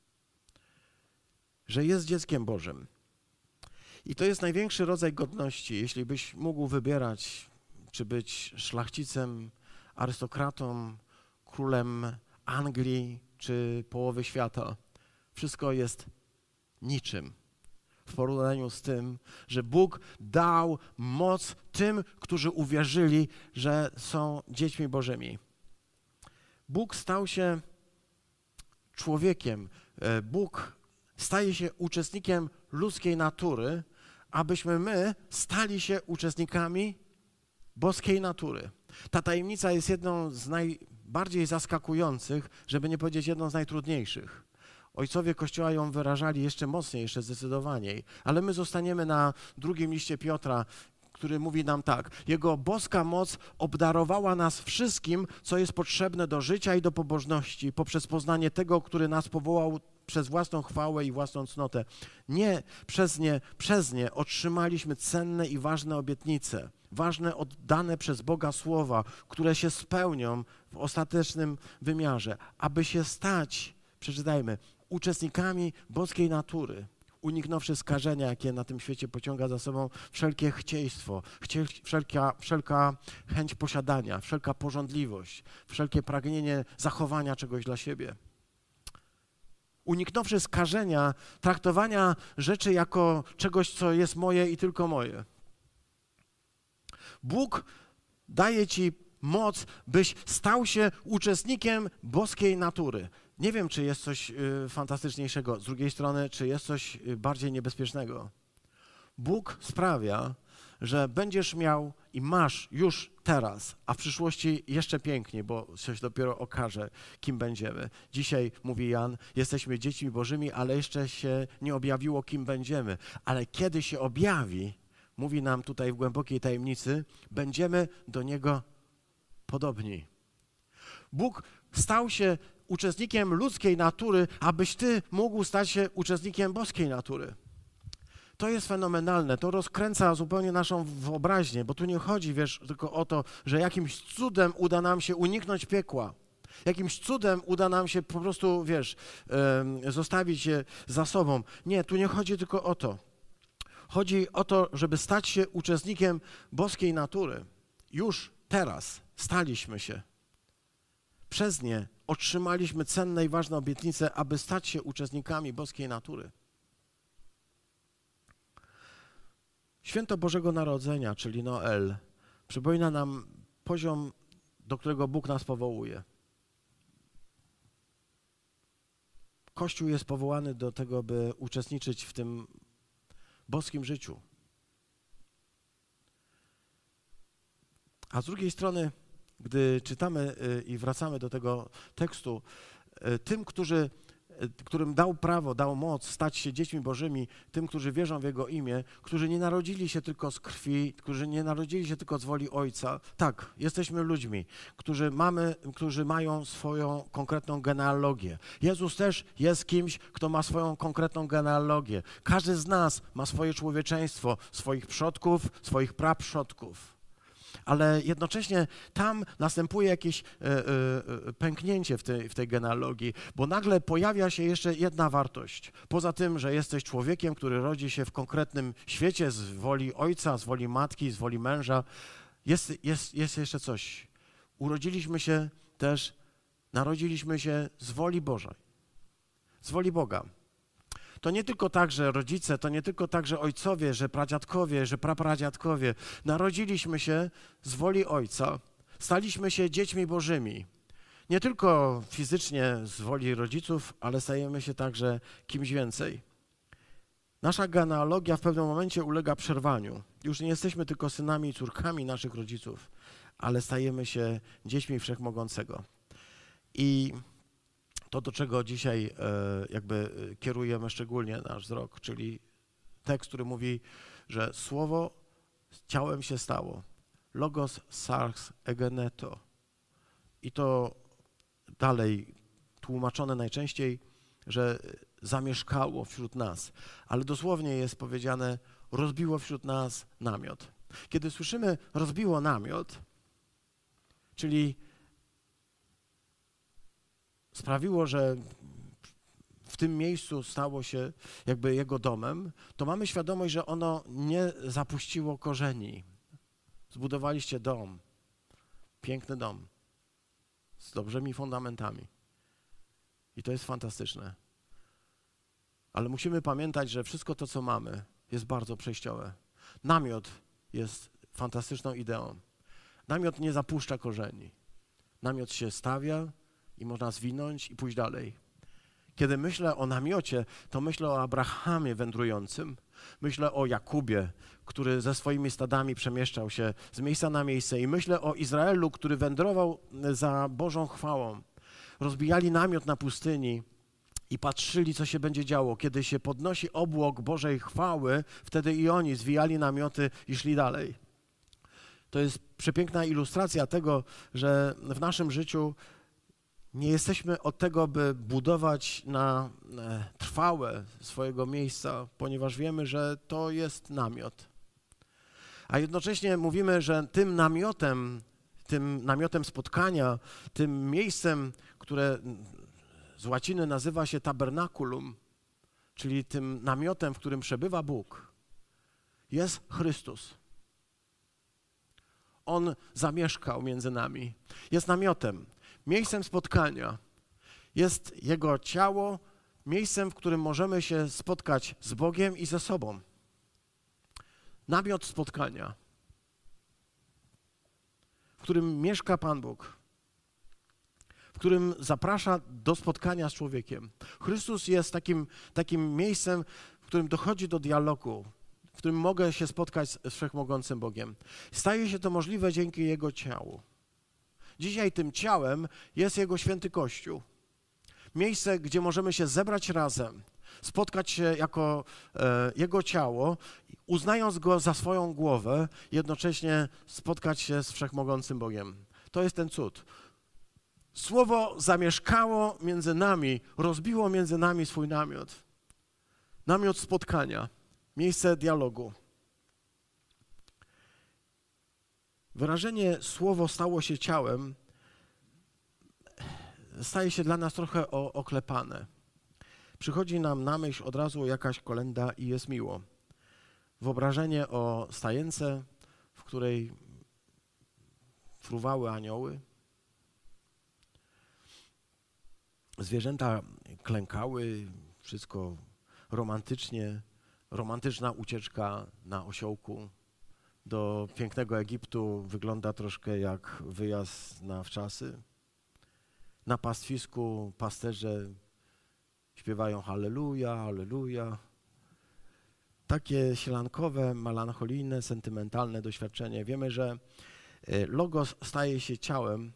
że jest dzieckiem Bożym. I to jest największy rodzaj godności, jeśli byś mógł wybierać, czy być szlachcicem, arystokratą, królem Anglii czy połowy świata. Wszystko jest niczym w porównaniu z tym, że Bóg dał moc tym, którzy uwierzyli, że są dziećmi Bożymi. Bóg stał się człowiekiem. Bóg staje się uczestnikiem ludzkiej natury, abyśmy my stali się uczestnikami boskiej natury. Ta tajemnica jest jedną z najbardziej zaskakujących, żeby nie powiedzieć jedną z najtrudniejszych. Ojcowie Kościoła ją wyrażali jeszcze mocniej, jeszcze zdecydowaniej, ale my zostaniemy na drugim liście Piotra, który mówi nam tak. Jego boska moc obdarowała nas wszystkim, co jest potrzebne do życia i do pobożności, poprzez poznanie tego, który nas powołał przez własną chwałę i własną cnotę. Nie, przez nie, przez nie otrzymaliśmy cenne i ważne obietnice, ważne oddane przez Boga słowa, które się spełnią w ostatecznym wymiarze, aby się stać, przeczytajmy, uczestnikami boskiej natury, uniknąwszy skażenia, jakie na tym świecie pociąga za sobą wszelkie chcieństwo, chcie, wszelka, wszelka chęć posiadania, wszelka pożądliwość, wszelkie pragnienie zachowania czegoś dla siebie. Uniknąwszy skażenia, traktowania rzeczy jako czegoś, co jest moje i tylko moje. Bóg daje ci moc, byś stał się uczestnikiem boskiej natury. Nie wiem, czy jest coś y, fantastyczniejszego. Z drugiej strony, czy jest coś y, bardziej niebezpiecznego. Bóg sprawia, że będziesz miał i masz już teraz, a w przyszłości jeszcze piękniej, bo się dopiero okaże, kim będziemy. Dzisiaj, mówi Jan, jesteśmy dziećmi Bożymi, ale jeszcze się nie objawiło, kim będziemy. Ale kiedy się objawi, mówi nam tutaj w głębokiej tajemnicy, będziemy do Niego podobni. Bóg stał się uczestnikiem ludzkiej natury, abyś ty mógł stać się uczestnikiem boskiej natury. To jest fenomenalne, to rozkręca zupełnie naszą wyobraźnię, bo tu nie chodzi, wiesz, tylko o to, że jakimś cudem uda nam się uniknąć piekła. Jakimś cudem uda nam się po prostu, wiesz, zostawić je za sobą. Nie, tu nie chodzi tylko o to. Chodzi o to, żeby stać się uczestnikiem boskiej natury. Już teraz staliśmy się. Przez nie otrzymaliśmy cenne i ważne obietnice, aby stać się uczestnikami boskiej natury. Święto Bożego Narodzenia, czyli Noel, przypomina nam poziom, do którego Bóg nas powołuje. Kościół jest powołany do tego, by uczestniczyć w tym boskim życiu. A z drugiej strony, gdy czytamy i wracamy do tego tekstu, tym, którzy, którym dał prawo, dał moc stać się dziećmi Bożymi, tym, którzy wierzą w Jego imię, którzy nie narodzili się tylko z krwi, którzy nie narodzili się tylko z woli Ojca. Tak, jesteśmy ludźmi, którzy, mamy, którzy mają swoją konkretną genealogię. Jezus też jest kimś, kto ma swoją konkretną genealogię. Każdy z nas ma swoje człowieczeństwo, swoich przodków, swoich praprzodków. Ale jednocześnie tam następuje jakieś e, e, pęknięcie w tej, w tej genealogii, bo nagle pojawia się jeszcze jedna wartość. Poza tym, że jesteś człowiekiem, który rodzi się w konkretnym świecie z woli ojca, z woli matki, z woli męża, jest, jest, jest jeszcze coś. Urodziliśmy się też, narodziliśmy się z woli Bożej, z woli Boga. To nie tylko tak, że rodzice, to nie tylko tak, że ojcowie, że pradziadkowie, że prapradziadkowie. Narodziliśmy się z woli Ojca, staliśmy się dziećmi Bożymi. Nie tylko fizycznie z woli rodziców, ale stajemy się także kimś więcej. Nasza genealogia w pewnym momencie ulega przerwaniu. Już nie jesteśmy tylko synami i córkami naszych rodziców, ale stajemy się dziećmi Wszechmogącego. I to, do czego dzisiaj jakby kierujemy szczególnie nasz wzrok, czyli tekst, który mówi, że słowo ciałem się stało. Logos sarx egeneto. I to dalej tłumaczone najczęściej, że zamieszkało wśród nas. Ale dosłownie jest powiedziane, rozbiło wśród nas namiot. Kiedy słyszymy rozbiło namiot, czyli sprawiło, że w tym miejscu stało się jakby jego domem, to mamy świadomość, że ono nie zapuściło korzeni. Zbudowaliście dom, piękny dom, z dobrymi fundamentami. I to jest fantastyczne. Ale musimy pamiętać, że wszystko to, co mamy, jest bardzo przejściowe. Namiot jest fantastyczną ideą. Namiot nie zapuszcza korzeni. Namiot się stawia i można zwinąć i pójść dalej. Kiedy myślę o namiocie, to myślę o Abrahamie wędrującym. Myślę o Jakubie, który ze swoimi stadami przemieszczał się z miejsca na miejsce. I myślę o Izraelu, który wędrował za Bożą chwałą. Rozbijali namiot na pustyni i patrzyli, co się będzie działo. Kiedy się podnosi obłok Bożej chwały, wtedy i oni zwijali namioty i szli dalej. To jest przepiękna ilustracja tego, że w naszym życiu nie jesteśmy od tego, by budować na trwałe swojego miejsca, ponieważ wiemy, że to jest namiot. A jednocześnie mówimy, że tym namiotem, tym namiotem spotkania, tym miejscem, które z łaciny nazywa się tabernaculum, czyli tym namiotem, w którym przebywa Bóg, jest Chrystus. On zamieszkał między nami. Jest namiotem, miejscem spotkania. Jest Jego ciało, miejscem, w którym możemy się spotkać z Bogiem i ze sobą. Namiot spotkania, w którym mieszka Pan Bóg, w którym zaprasza do spotkania z człowiekiem. Chrystus jest takim, takim miejscem, w którym dochodzi do dialogu, w którym mogę się spotkać z Wszechmogącym Bogiem. Staje się to możliwe dzięki Jego ciału. Dzisiaj tym ciałem jest Jego święty Kościół. Miejsce, gdzie możemy się zebrać razem, spotkać się jako e, Jego ciało, uznając Go za swoją głowę, jednocześnie spotkać się z Wszechmogącym Bogiem. To jest ten cud. Słowo zamieszkało między nami, rozbiło między nami swój namiot. Namiot spotkania, miejsce dialogu. Wyrażenie słowo stało się ciałem staje się dla nas trochę o, oklepane. Przychodzi nam na myśl od razu jakaś kolęda i jest miło. Wyobrażenie o stajence, w której fruwały anioły. Zwierzęta klękały, wszystko romantycznie, romantyczna ucieczka na osiołku do pięknego Egiptu wygląda troszkę jak wyjazd na wczasy. Na pastwisku pasterze śpiewają halleluja, halleluja. Takie sielankowe, melancholijne, sentymentalne doświadczenie. Wiemy, że Logos staje się ciałem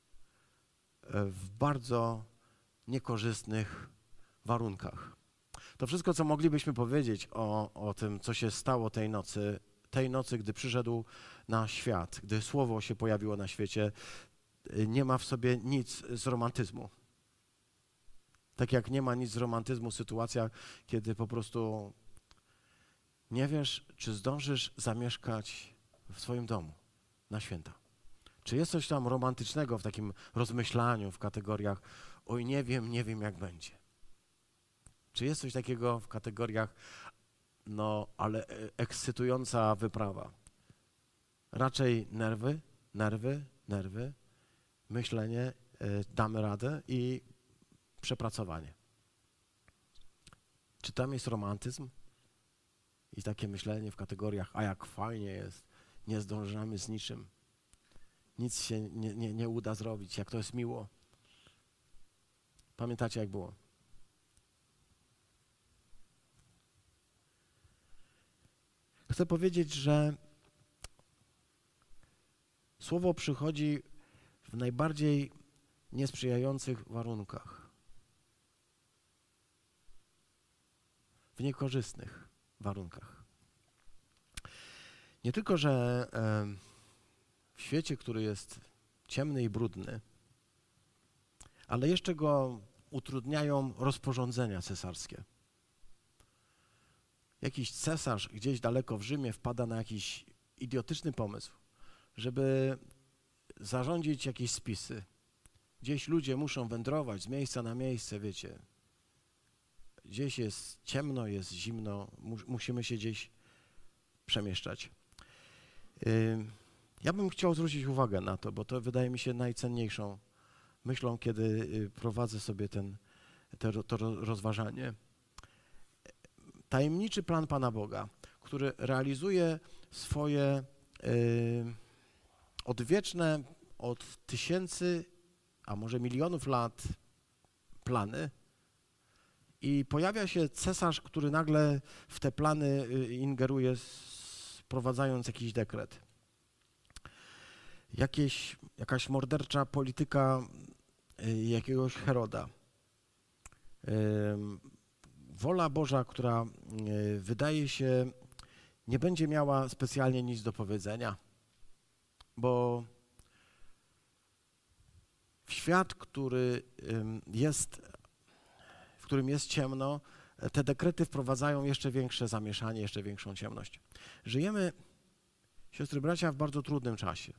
w bardzo niekorzystnych warunkach. To wszystko, co moglibyśmy powiedzieć o, o tym, co się stało tej nocy, tej nocy, gdy przyszedł na świat, gdy Słowo się pojawiło na świecie, nie ma w sobie nic z romantyzmu. Tak jak nie ma nic z romantyzmu sytuacja, kiedy po prostu nie wiesz, czy zdążysz zamieszkać w swoim domu na święta. Czy jest coś tam romantycznego w takim rozmyślaniu w kategoriach oj, nie wiem, nie wiem, jak będzie. Czy jest coś takiego w kategoriach no, ale ekscytująca wyprawa. Raczej nerwy, nerwy, nerwy, myślenie, y, damy radę i przepracowanie. Czy tam jest romantyzm i takie myślenie w kategoriach, a jak fajnie jest, nie zdążamy z niczym, nic się nie, nie, nie uda zrobić, jak to jest miło. Pamiętacie, jak było? Chcę powiedzieć, że Słowo przychodzi w najbardziej niesprzyjających warunkach. W niekorzystnych warunkach. Nie tylko, że w świecie, który jest ciemny i brudny, ale jeszcze go utrudniają rozporządzenia cesarskie. Jakiś cesarz gdzieś daleko w Rzymie wpada na jakiś idiotyczny pomysł, żeby zarządzić jakieś spisy. Gdzieś ludzie muszą wędrować z miejsca na miejsce, wiecie. Gdzieś jest ciemno, jest zimno, mu musimy się gdzieś przemieszczać. Yy, ja bym chciał zwrócić uwagę na to, bo to wydaje mi się najcenniejszą myślą, kiedy prowadzę sobie ten, te, to rozważanie. Tajemniczy plan Pana Boga, który realizuje swoje yy, odwieczne, od tysięcy, a może milionów lat plany i pojawia się cesarz, który nagle w te plany ingeruje, wprowadzając jakiś dekret. Jakieś, jakaś mordercza polityka jakiegoś Heroda. Wola Boża, która wydaje się nie będzie miała specjalnie nic do powiedzenia, bo w świat, który jest, w którym jest ciemno, te dekrety wprowadzają jeszcze większe zamieszanie, jeszcze większą ciemność. Żyjemy, siostry, bracia, w bardzo trudnym czasie.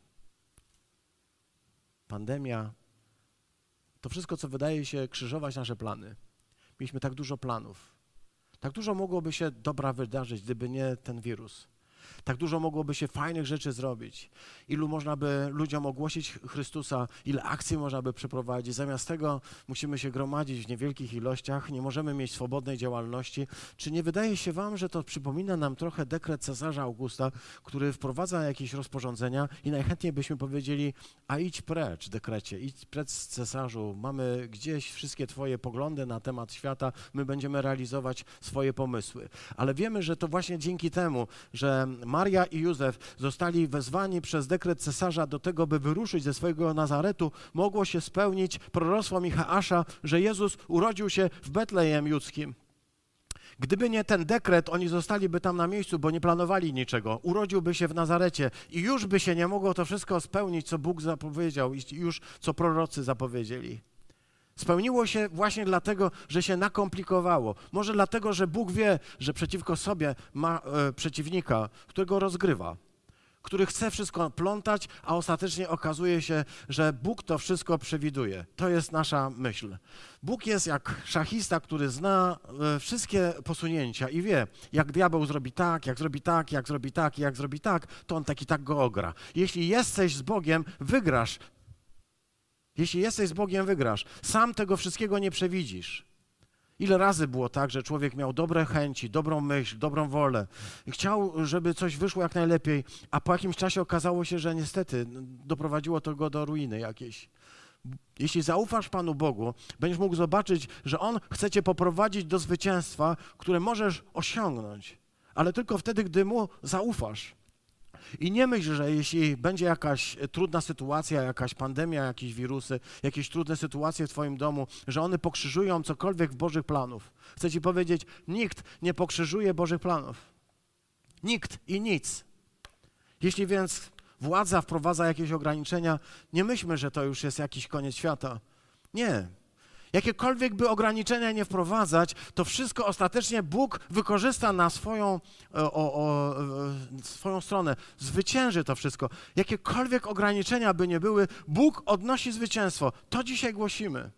Pandemia, to wszystko, co wydaje się krzyżować nasze plany. Mieliśmy tak dużo planów. Tak dużo mogłoby się dobra wydarzyć, gdyby nie ten wirus. Tak dużo mogłoby się fajnych rzeczy zrobić. Ilu można by ludziom ogłosić Chrystusa, ile akcji można by przeprowadzić. Zamiast tego musimy się gromadzić w niewielkich ilościach, nie możemy mieć swobodnej działalności. Czy nie wydaje się wam, że to przypomina nam trochę dekret cesarza Augusta, który wprowadza jakieś rozporządzenia i najchętniej byśmy powiedzieli, a idź precz, dekrecie, idź precz, cesarzu, mamy gdzieś wszystkie twoje poglądy na temat świata, my będziemy realizować swoje pomysły. Ale wiemy, że to właśnie dzięki temu, że Maria i Józef zostali wezwani przez dekret cesarza do tego, by wyruszyć ze swojego Nazaretu, mogło się spełnić proroctwo Micheasza, że Jezus urodził się w Betlejem Judzkim. Gdyby nie ten dekret, oni zostaliby tam na miejscu, bo nie planowali niczego. Urodziłby się w Nazarecie i już by się nie mogło to wszystko spełnić, co Bóg zapowiedział i już co prorocy zapowiedzieli. Spełniło się właśnie dlatego, że się nakomplikowało. Może dlatego, że Bóg wie, że przeciwko sobie ma e, przeciwnika, którego rozgrywa, który chce wszystko plątać, a ostatecznie okazuje się, że Bóg to wszystko przewiduje. To jest nasza myśl. Bóg jest jak szachista, który zna e, wszystkie posunięcia i wie, jak diabeł zrobi tak, jak zrobi tak, jak zrobi tak, jak zrobi tak, to on tak i tak go ogra. Jeśli jesteś z Bogiem, wygrasz. Jeśli jesteś z Bogiem, wygrasz. Sam tego wszystkiego nie przewidzisz. Ile razy było tak, że człowiek miał dobre chęci, dobrą myśl, dobrą wolę. Chciał, żeby coś wyszło jak najlepiej, a po jakimś czasie okazało się, że niestety doprowadziło to go do ruiny jakiejś. Jeśli zaufasz Panu Bogu, będziesz mógł zobaczyć, że On chce cię poprowadzić do zwycięstwa, które możesz osiągnąć, ale tylko wtedy, gdy Mu zaufasz. I nie myśl, że jeśli będzie jakaś trudna sytuacja, jakaś pandemia, jakieś wirusy, jakieś trudne sytuacje w twoim domu, że one pokrzyżują cokolwiek w Bożych planów. Chcę ci powiedzieć, nikt nie pokrzyżuje Bożych planów. Nikt i nic. Jeśli więc władza wprowadza jakieś ograniczenia, nie myślmy, że to już jest jakiś koniec świata. Nie. Jakiekolwiek by ograniczenia nie wprowadzać, to wszystko ostatecznie Bóg wykorzysta na swoją, o, o, o, swoją stronę. Zwycięży to wszystko. Jakiekolwiek ograniczenia by nie były, Bóg odnosi zwycięstwo. To dzisiaj głosimy.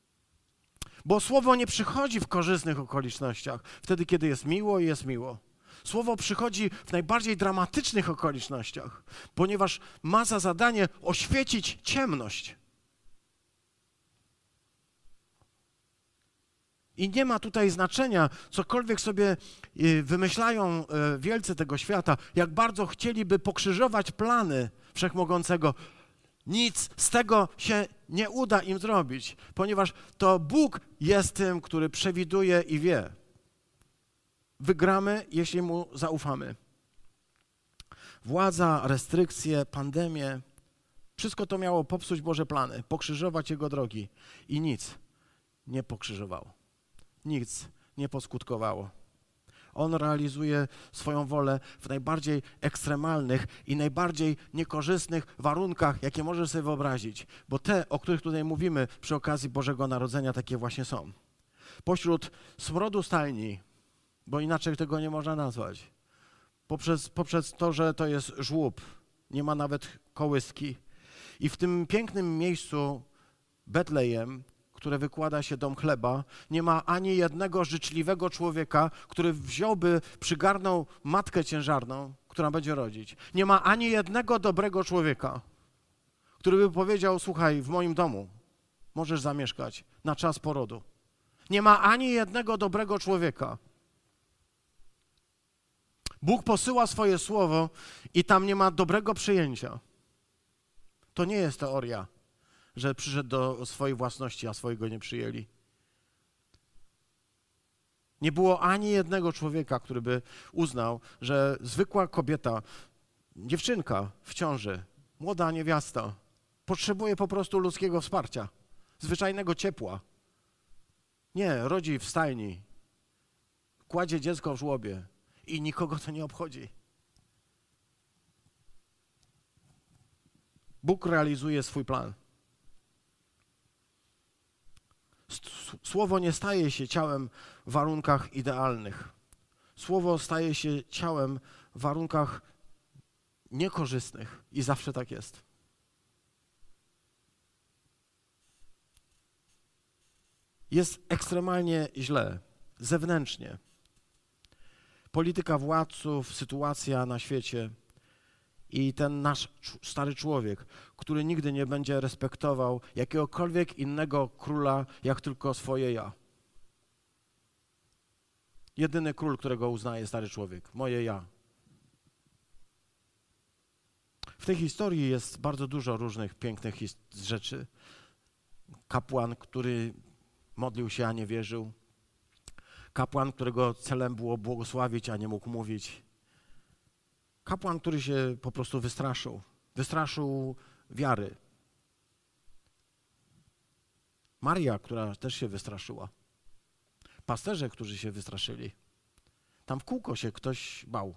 Bo słowo nie przychodzi w korzystnych okolicznościach, wtedy, kiedy jest miło i jest miło. Słowo przychodzi w najbardziej dramatycznych okolicznościach, ponieważ ma za zadanie oświecić ciemność. I nie ma tutaj znaczenia, cokolwiek sobie wymyślają wielcy tego świata, jak bardzo chcieliby pokrzyżować plany Wszechmogącego. Nic z tego się nie uda im zrobić, ponieważ to Bóg jest tym, który przewiduje i wie. Wygramy, jeśli Mu zaufamy. Władza, restrykcje, pandemie, wszystko to miało popsuć Boże plany, pokrzyżować Jego drogi i nic nie pokrzyżowało. Nic nie poskutkowało. On realizuje swoją wolę w najbardziej ekstremalnych i najbardziej niekorzystnych warunkach, jakie możesz sobie wyobrazić, bo te, o których tutaj mówimy przy okazji Bożego Narodzenia, takie właśnie są. Pośród smrodu stajni, bo inaczej tego nie można nazwać, poprzez, poprzez to, że to jest żłób, nie ma nawet kołyski i w tym pięknym miejscu Betlejem, które wykłada się dom chleba, nie ma ani jednego życzliwego człowieka, który wziąłby, przygarnął matkę ciężarną, która będzie rodzić. Nie ma ani jednego dobrego człowieka, który by powiedział, słuchaj, w moim domu możesz zamieszkać na czas porodu. Nie ma ani jednego dobrego człowieka. Bóg posyła swoje słowo i tam nie ma dobrego przyjęcia. To nie jest teoria, że przyszedł do swojej własności, a swojego nie przyjęli. Nie było ani jednego człowieka, który by uznał, że zwykła kobieta, dziewczynka w ciąży, młoda niewiasta, potrzebuje po prostu ludzkiego wsparcia, zwyczajnego ciepła. Nie, rodzi w stajni, kładzie dziecko w żłobie i nikogo to nie obchodzi. Bóg realizuje swój plan. Słowo nie staje się ciałem w warunkach idealnych. Słowo staje się ciałem w warunkach niekorzystnych i zawsze tak jest. Jest ekstremalnie źle, zewnętrznie. polityka władców, sytuacja na świecie i ten nasz stary człowiek, który nigdy nie będzie respektował jakiegokolwiek innego króla, jak tylko swoje ja. Jedyny król, którego uznaje stary człowiek, moje ja. W tej historii jest bardzo dużo różnych pięknych rzeczy. Kapłan, który modlił się, a nie wierzył. Kapłan, którego celem było błogosławić, a nie mógł mówić. Kapłan, który się po prostu wystraszył. Wystraszył wiary. Maria, która też się wystraszyła. Pasterze, którzy się wystraszyli. Tam w kółko się ktoś bał.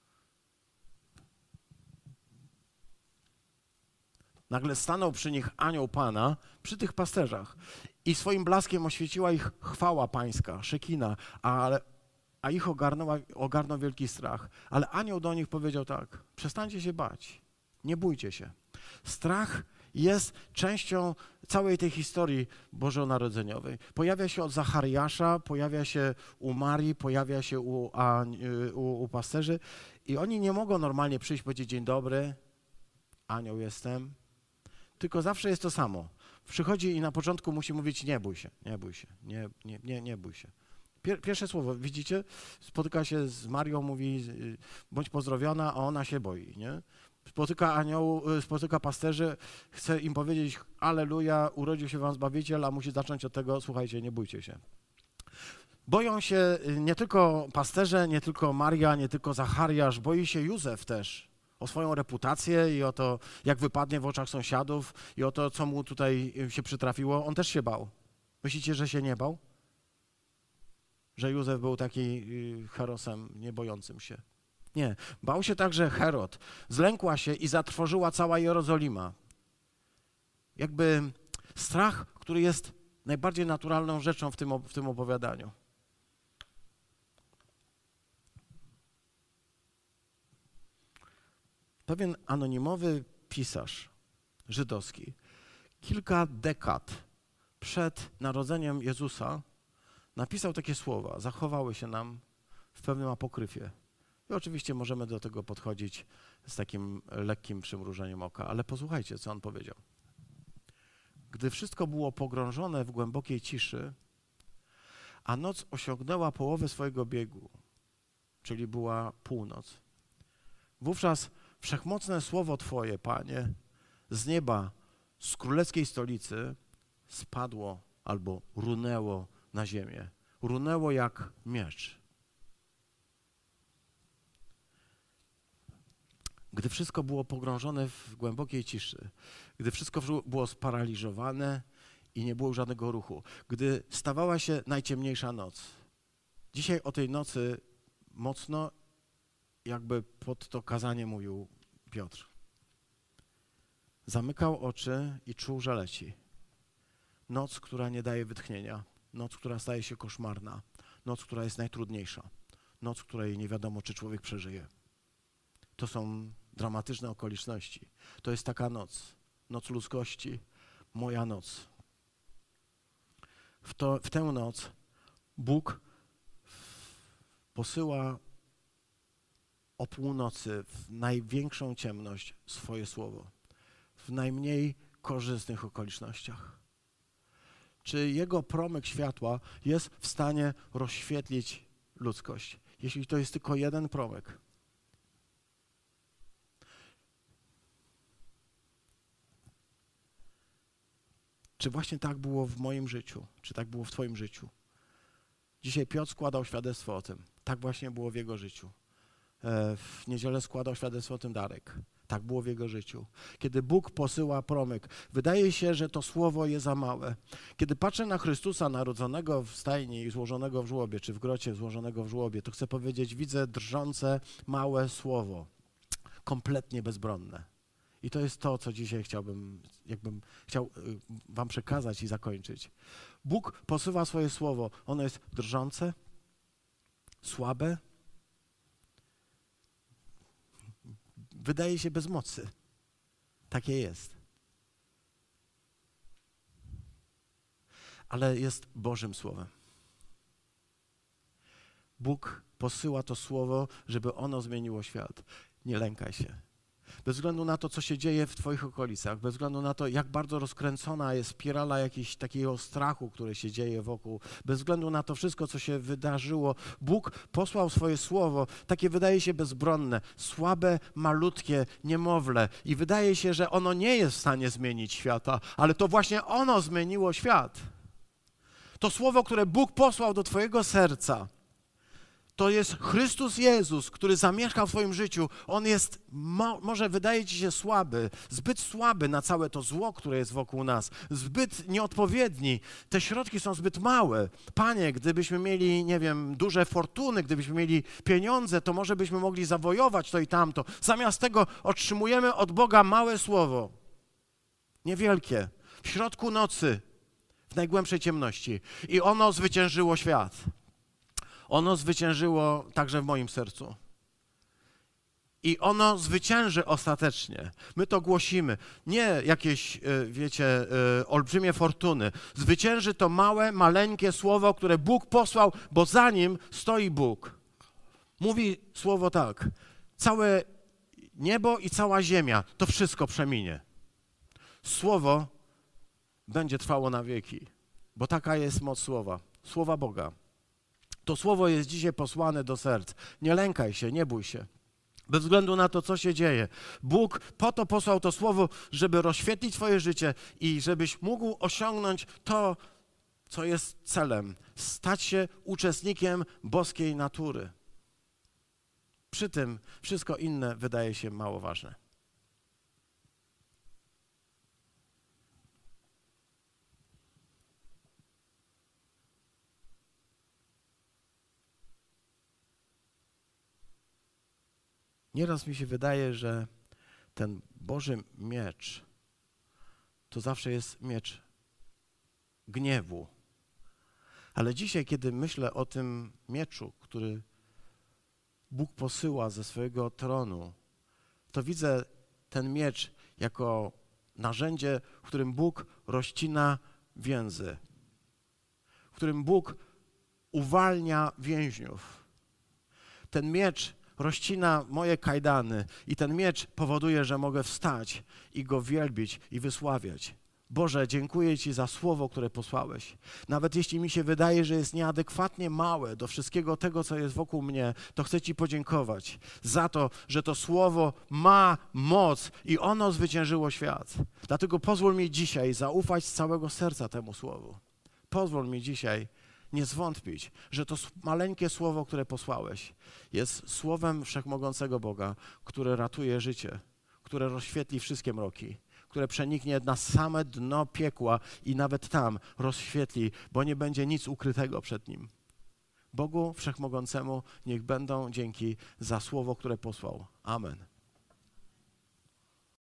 Nagle stanął przy nich anioł Pana, przy tych pasterzach i swoim blaskiem oświeciła ich chwała pańska, szekina, ale, a ich ogarnęła, ogarnął wielki strach. Ale anioł do nich powiedział tak, przestańcie się bać, nie bójcie się. Strach jest częścią całej tej historii bożonarodzeniowej. Pojawia się od Zachariasza, pojawia się u Marii, pojawia się u, a, u, u pasterzy i oni nie mogą normalnie przyjść i powiedzieć dzień dobry, anioł jestem. Tylko zawsze jest to samo. Przychodzi i na początku musi mówić nie bój się, nie bój się, nie, nie, nie, nie bój się. Pier, pierwsze słowo, widzicie? Spotyka się z Marią, mówi bądź pozdrowiona, a ona się boi, nie? Spotyka anioł, spotyka pasterzy, chce im powiedzieć alleluja, urodził się wam Zbawiciel, a musi zacząć od tego, słuchajcie, nie bójcie się. Boją się nie tylko pasterze, nie tylko Maria, nie tylko Zachariasz, boi się Józef też. O swoją reputację i o to, jak wypadnie w oczach sąsiadów i o to, co mu tutaj się przytrafiło. On też się bał. Myślicie, że się nie bał? Że Józef był taki herosem niebojącym się. Nie. Bał się także Herod. Zlękła się i zatrwożyła cała Jerozolima. Jakby strach, który jest najbardziej naturalną rzeczą w tym, w tym opowiadaniu. Pewien anonimowy pisarz żydowski kilka dekad przed narodzeniem Jezusa napisał takie słowa, zachowały się nam w pewnym apokryfie. I oczywiście możemy do tego podchodzić z takim lekkim przymrużeniem oka, ale posłuchajcie, co on powiedział. Gdy wszystko było pogrążone w głębokiej ciszy, a noc osiągnęła połowę swojego biegu, czyli była północ, wówczas wszechmocne słowo Twoje, Panie, z nieba, z królewskiej stolicy spadło albo runęło na ziemię. Runęło jak miecz. Gdy wszystko było pogrążone w głębokiej ciszy, gdy wszystko było sparaliżowane i nie było żadnego ruchu, gdy stawała się najciemniejsza noc. Dzisiaj o tej nocy mocno jakby pod to kazanie mówił Piotr. Zamykał oczy i czuł, że leci. Noc, która nie daje wytchnienia. Noc, która staje się koszmarna. Noc, która jest najtrudniejsza. Noc, w której nie wiadomo, czy człowiek przeżyje. To są dramatyczne okoliczności. To jest taka noc. Noc ludzkości. Moja noc. W, to, w tę noc Bóg posyła o północy w największą ciemność swoje słowo, w najmniej korzystnych okolicznościach. Czy jego promyk światła jest w stanie rozświetlić ludzkość, jeśli to jest tylko jeden promyk? Czy właśnie tak było w moim życiu? Czy tak było w twoim życiu? Dzisiaj Piotr składał świadectwo o tym. Tak właśnie było w jego życiu. W niedzielę składał świadectwo o tym Darek. Tak było w jego życiu. Kiedy Bóg posyła promyk, wydaje się, że to słowo jest za małe. Kiedy patrzę na Chrystusa narodzonego w stajni i złożonego w żłobie, czy w grocie złożonego w żłobie, to chcę powiedzieć, widzę drżące, małe słowo, kompletnie bezbronne. I to jest to, co dzisiaj chciałbym, jakbym chciał wam przekazać i zakończyć. Bóg posyła swoje słowo. Ono jest drżące, słabe, wydaje się bez mocy. Takie jest. Ale jest Bożym Słowem. Bóg posyła to słowo, żeby ono zmieniło świat. Nie lękaj się. Bez względu na to, co się dzieje w twoich okolicach, bez względu na to, jak bardzo rozkręcona jest spirala jakiegoś takiego strachu, który się dzieje wokół, bez względu na to wszystko, co się wydarzyło, Bóg posłał swoje słowo, takie wydaje się bezbronne, słabe, malutkie niemowlę i wydaje się, że ono nie jest w stanie zmienić świata, ale to właśnie ono zmieniło świat. To słowo, które Bóg posłał do twojego serca, to jest Chrystus Jezus, który zamieszkał w twoim życiu. On jest, mo, może wydaje ci się słaby, zbyt słaby na całe to zło, które jest wokół nas, zbyt nieodpowiedni. Te środki są zbyt małe. Panie, gdybyśmy mieli, nie wiem, duże fortuny, gdybyśmy mieli pieniądze, to może byśmy mogli zawojować to i tamto. Zamiast tego otrzymujemy od Boga małe słowo, niewielkie, w środku nocy, w najgłębszej ciemności. I ono zwyciężyło świat. Ono zwyciężyło także w moim sercu. I ono zwycięży ostatecznie. My to głosimy. Nie jakieś, wiecie, olbrzymie fortuny. Zwycięży to małe, maleńkie słowo, które Bóg posłał, bo za nim stoi Bóg. Mówi słowo tak. Całe niebo i cała ziemia, to wszystko przeminie. Słowo będzie trwało na wieki, bo taka jest moc słowa. Słowa Boga. To słowo jest dzisiaj posłane do serc. Nie lękaj się, nie bój się. Bez względu na to, co się dzieje. Bóg po to posłał to słowo, żeby rozświetlić twoje życie i żebyś mógł osiągnąć to, co jest celem. Stać się uczestnikiem boskiej natury. Przy tym wszystko inne wydaje się mało ważne. Nieraz mi się wydaje, że ten Boży miecz to zawsze jest miecz gniewu. Ale dzisiaj, kiedy myślę o tym mieczu, który Bóg posyła ze swojego tronu, to widzę ten miecz jako narzędzie, w którym Bóg rozcina więzy, w którym Bóg uwalnia więźniów. Ten miecz rozcina moje kajdany i ten miecz powoduje, że mogę wstać i Go wielbić i wysławiać. Boże, dziękuję Ci za słowo, które posłałeś. Nawet jeśli mi się wydaje, że jest nieadekwatnie małe do wszystkiego tego, co jest wokół mnie, to chcę Ci podziękować za to, że to słowo ma moc i ono zwyciężyło świat. Dlatego pozwól mi dzisiaj zaufać z całego serca temu słowu. Pozwól mi dzisiaj nie zwątpić, że to maleńkie słowo, które posłałeś, jest słowem wszechmogącego Boga, które ratuje życie, które rozświetli wszystkie mroki, które przeniknie na same dno piekła i nawet tam rozświetli, bo nie będzie nic ukrytego przed Nim. Bogu Wszechmogącemu niech będą dzięki za słowo, które posłał. Amen.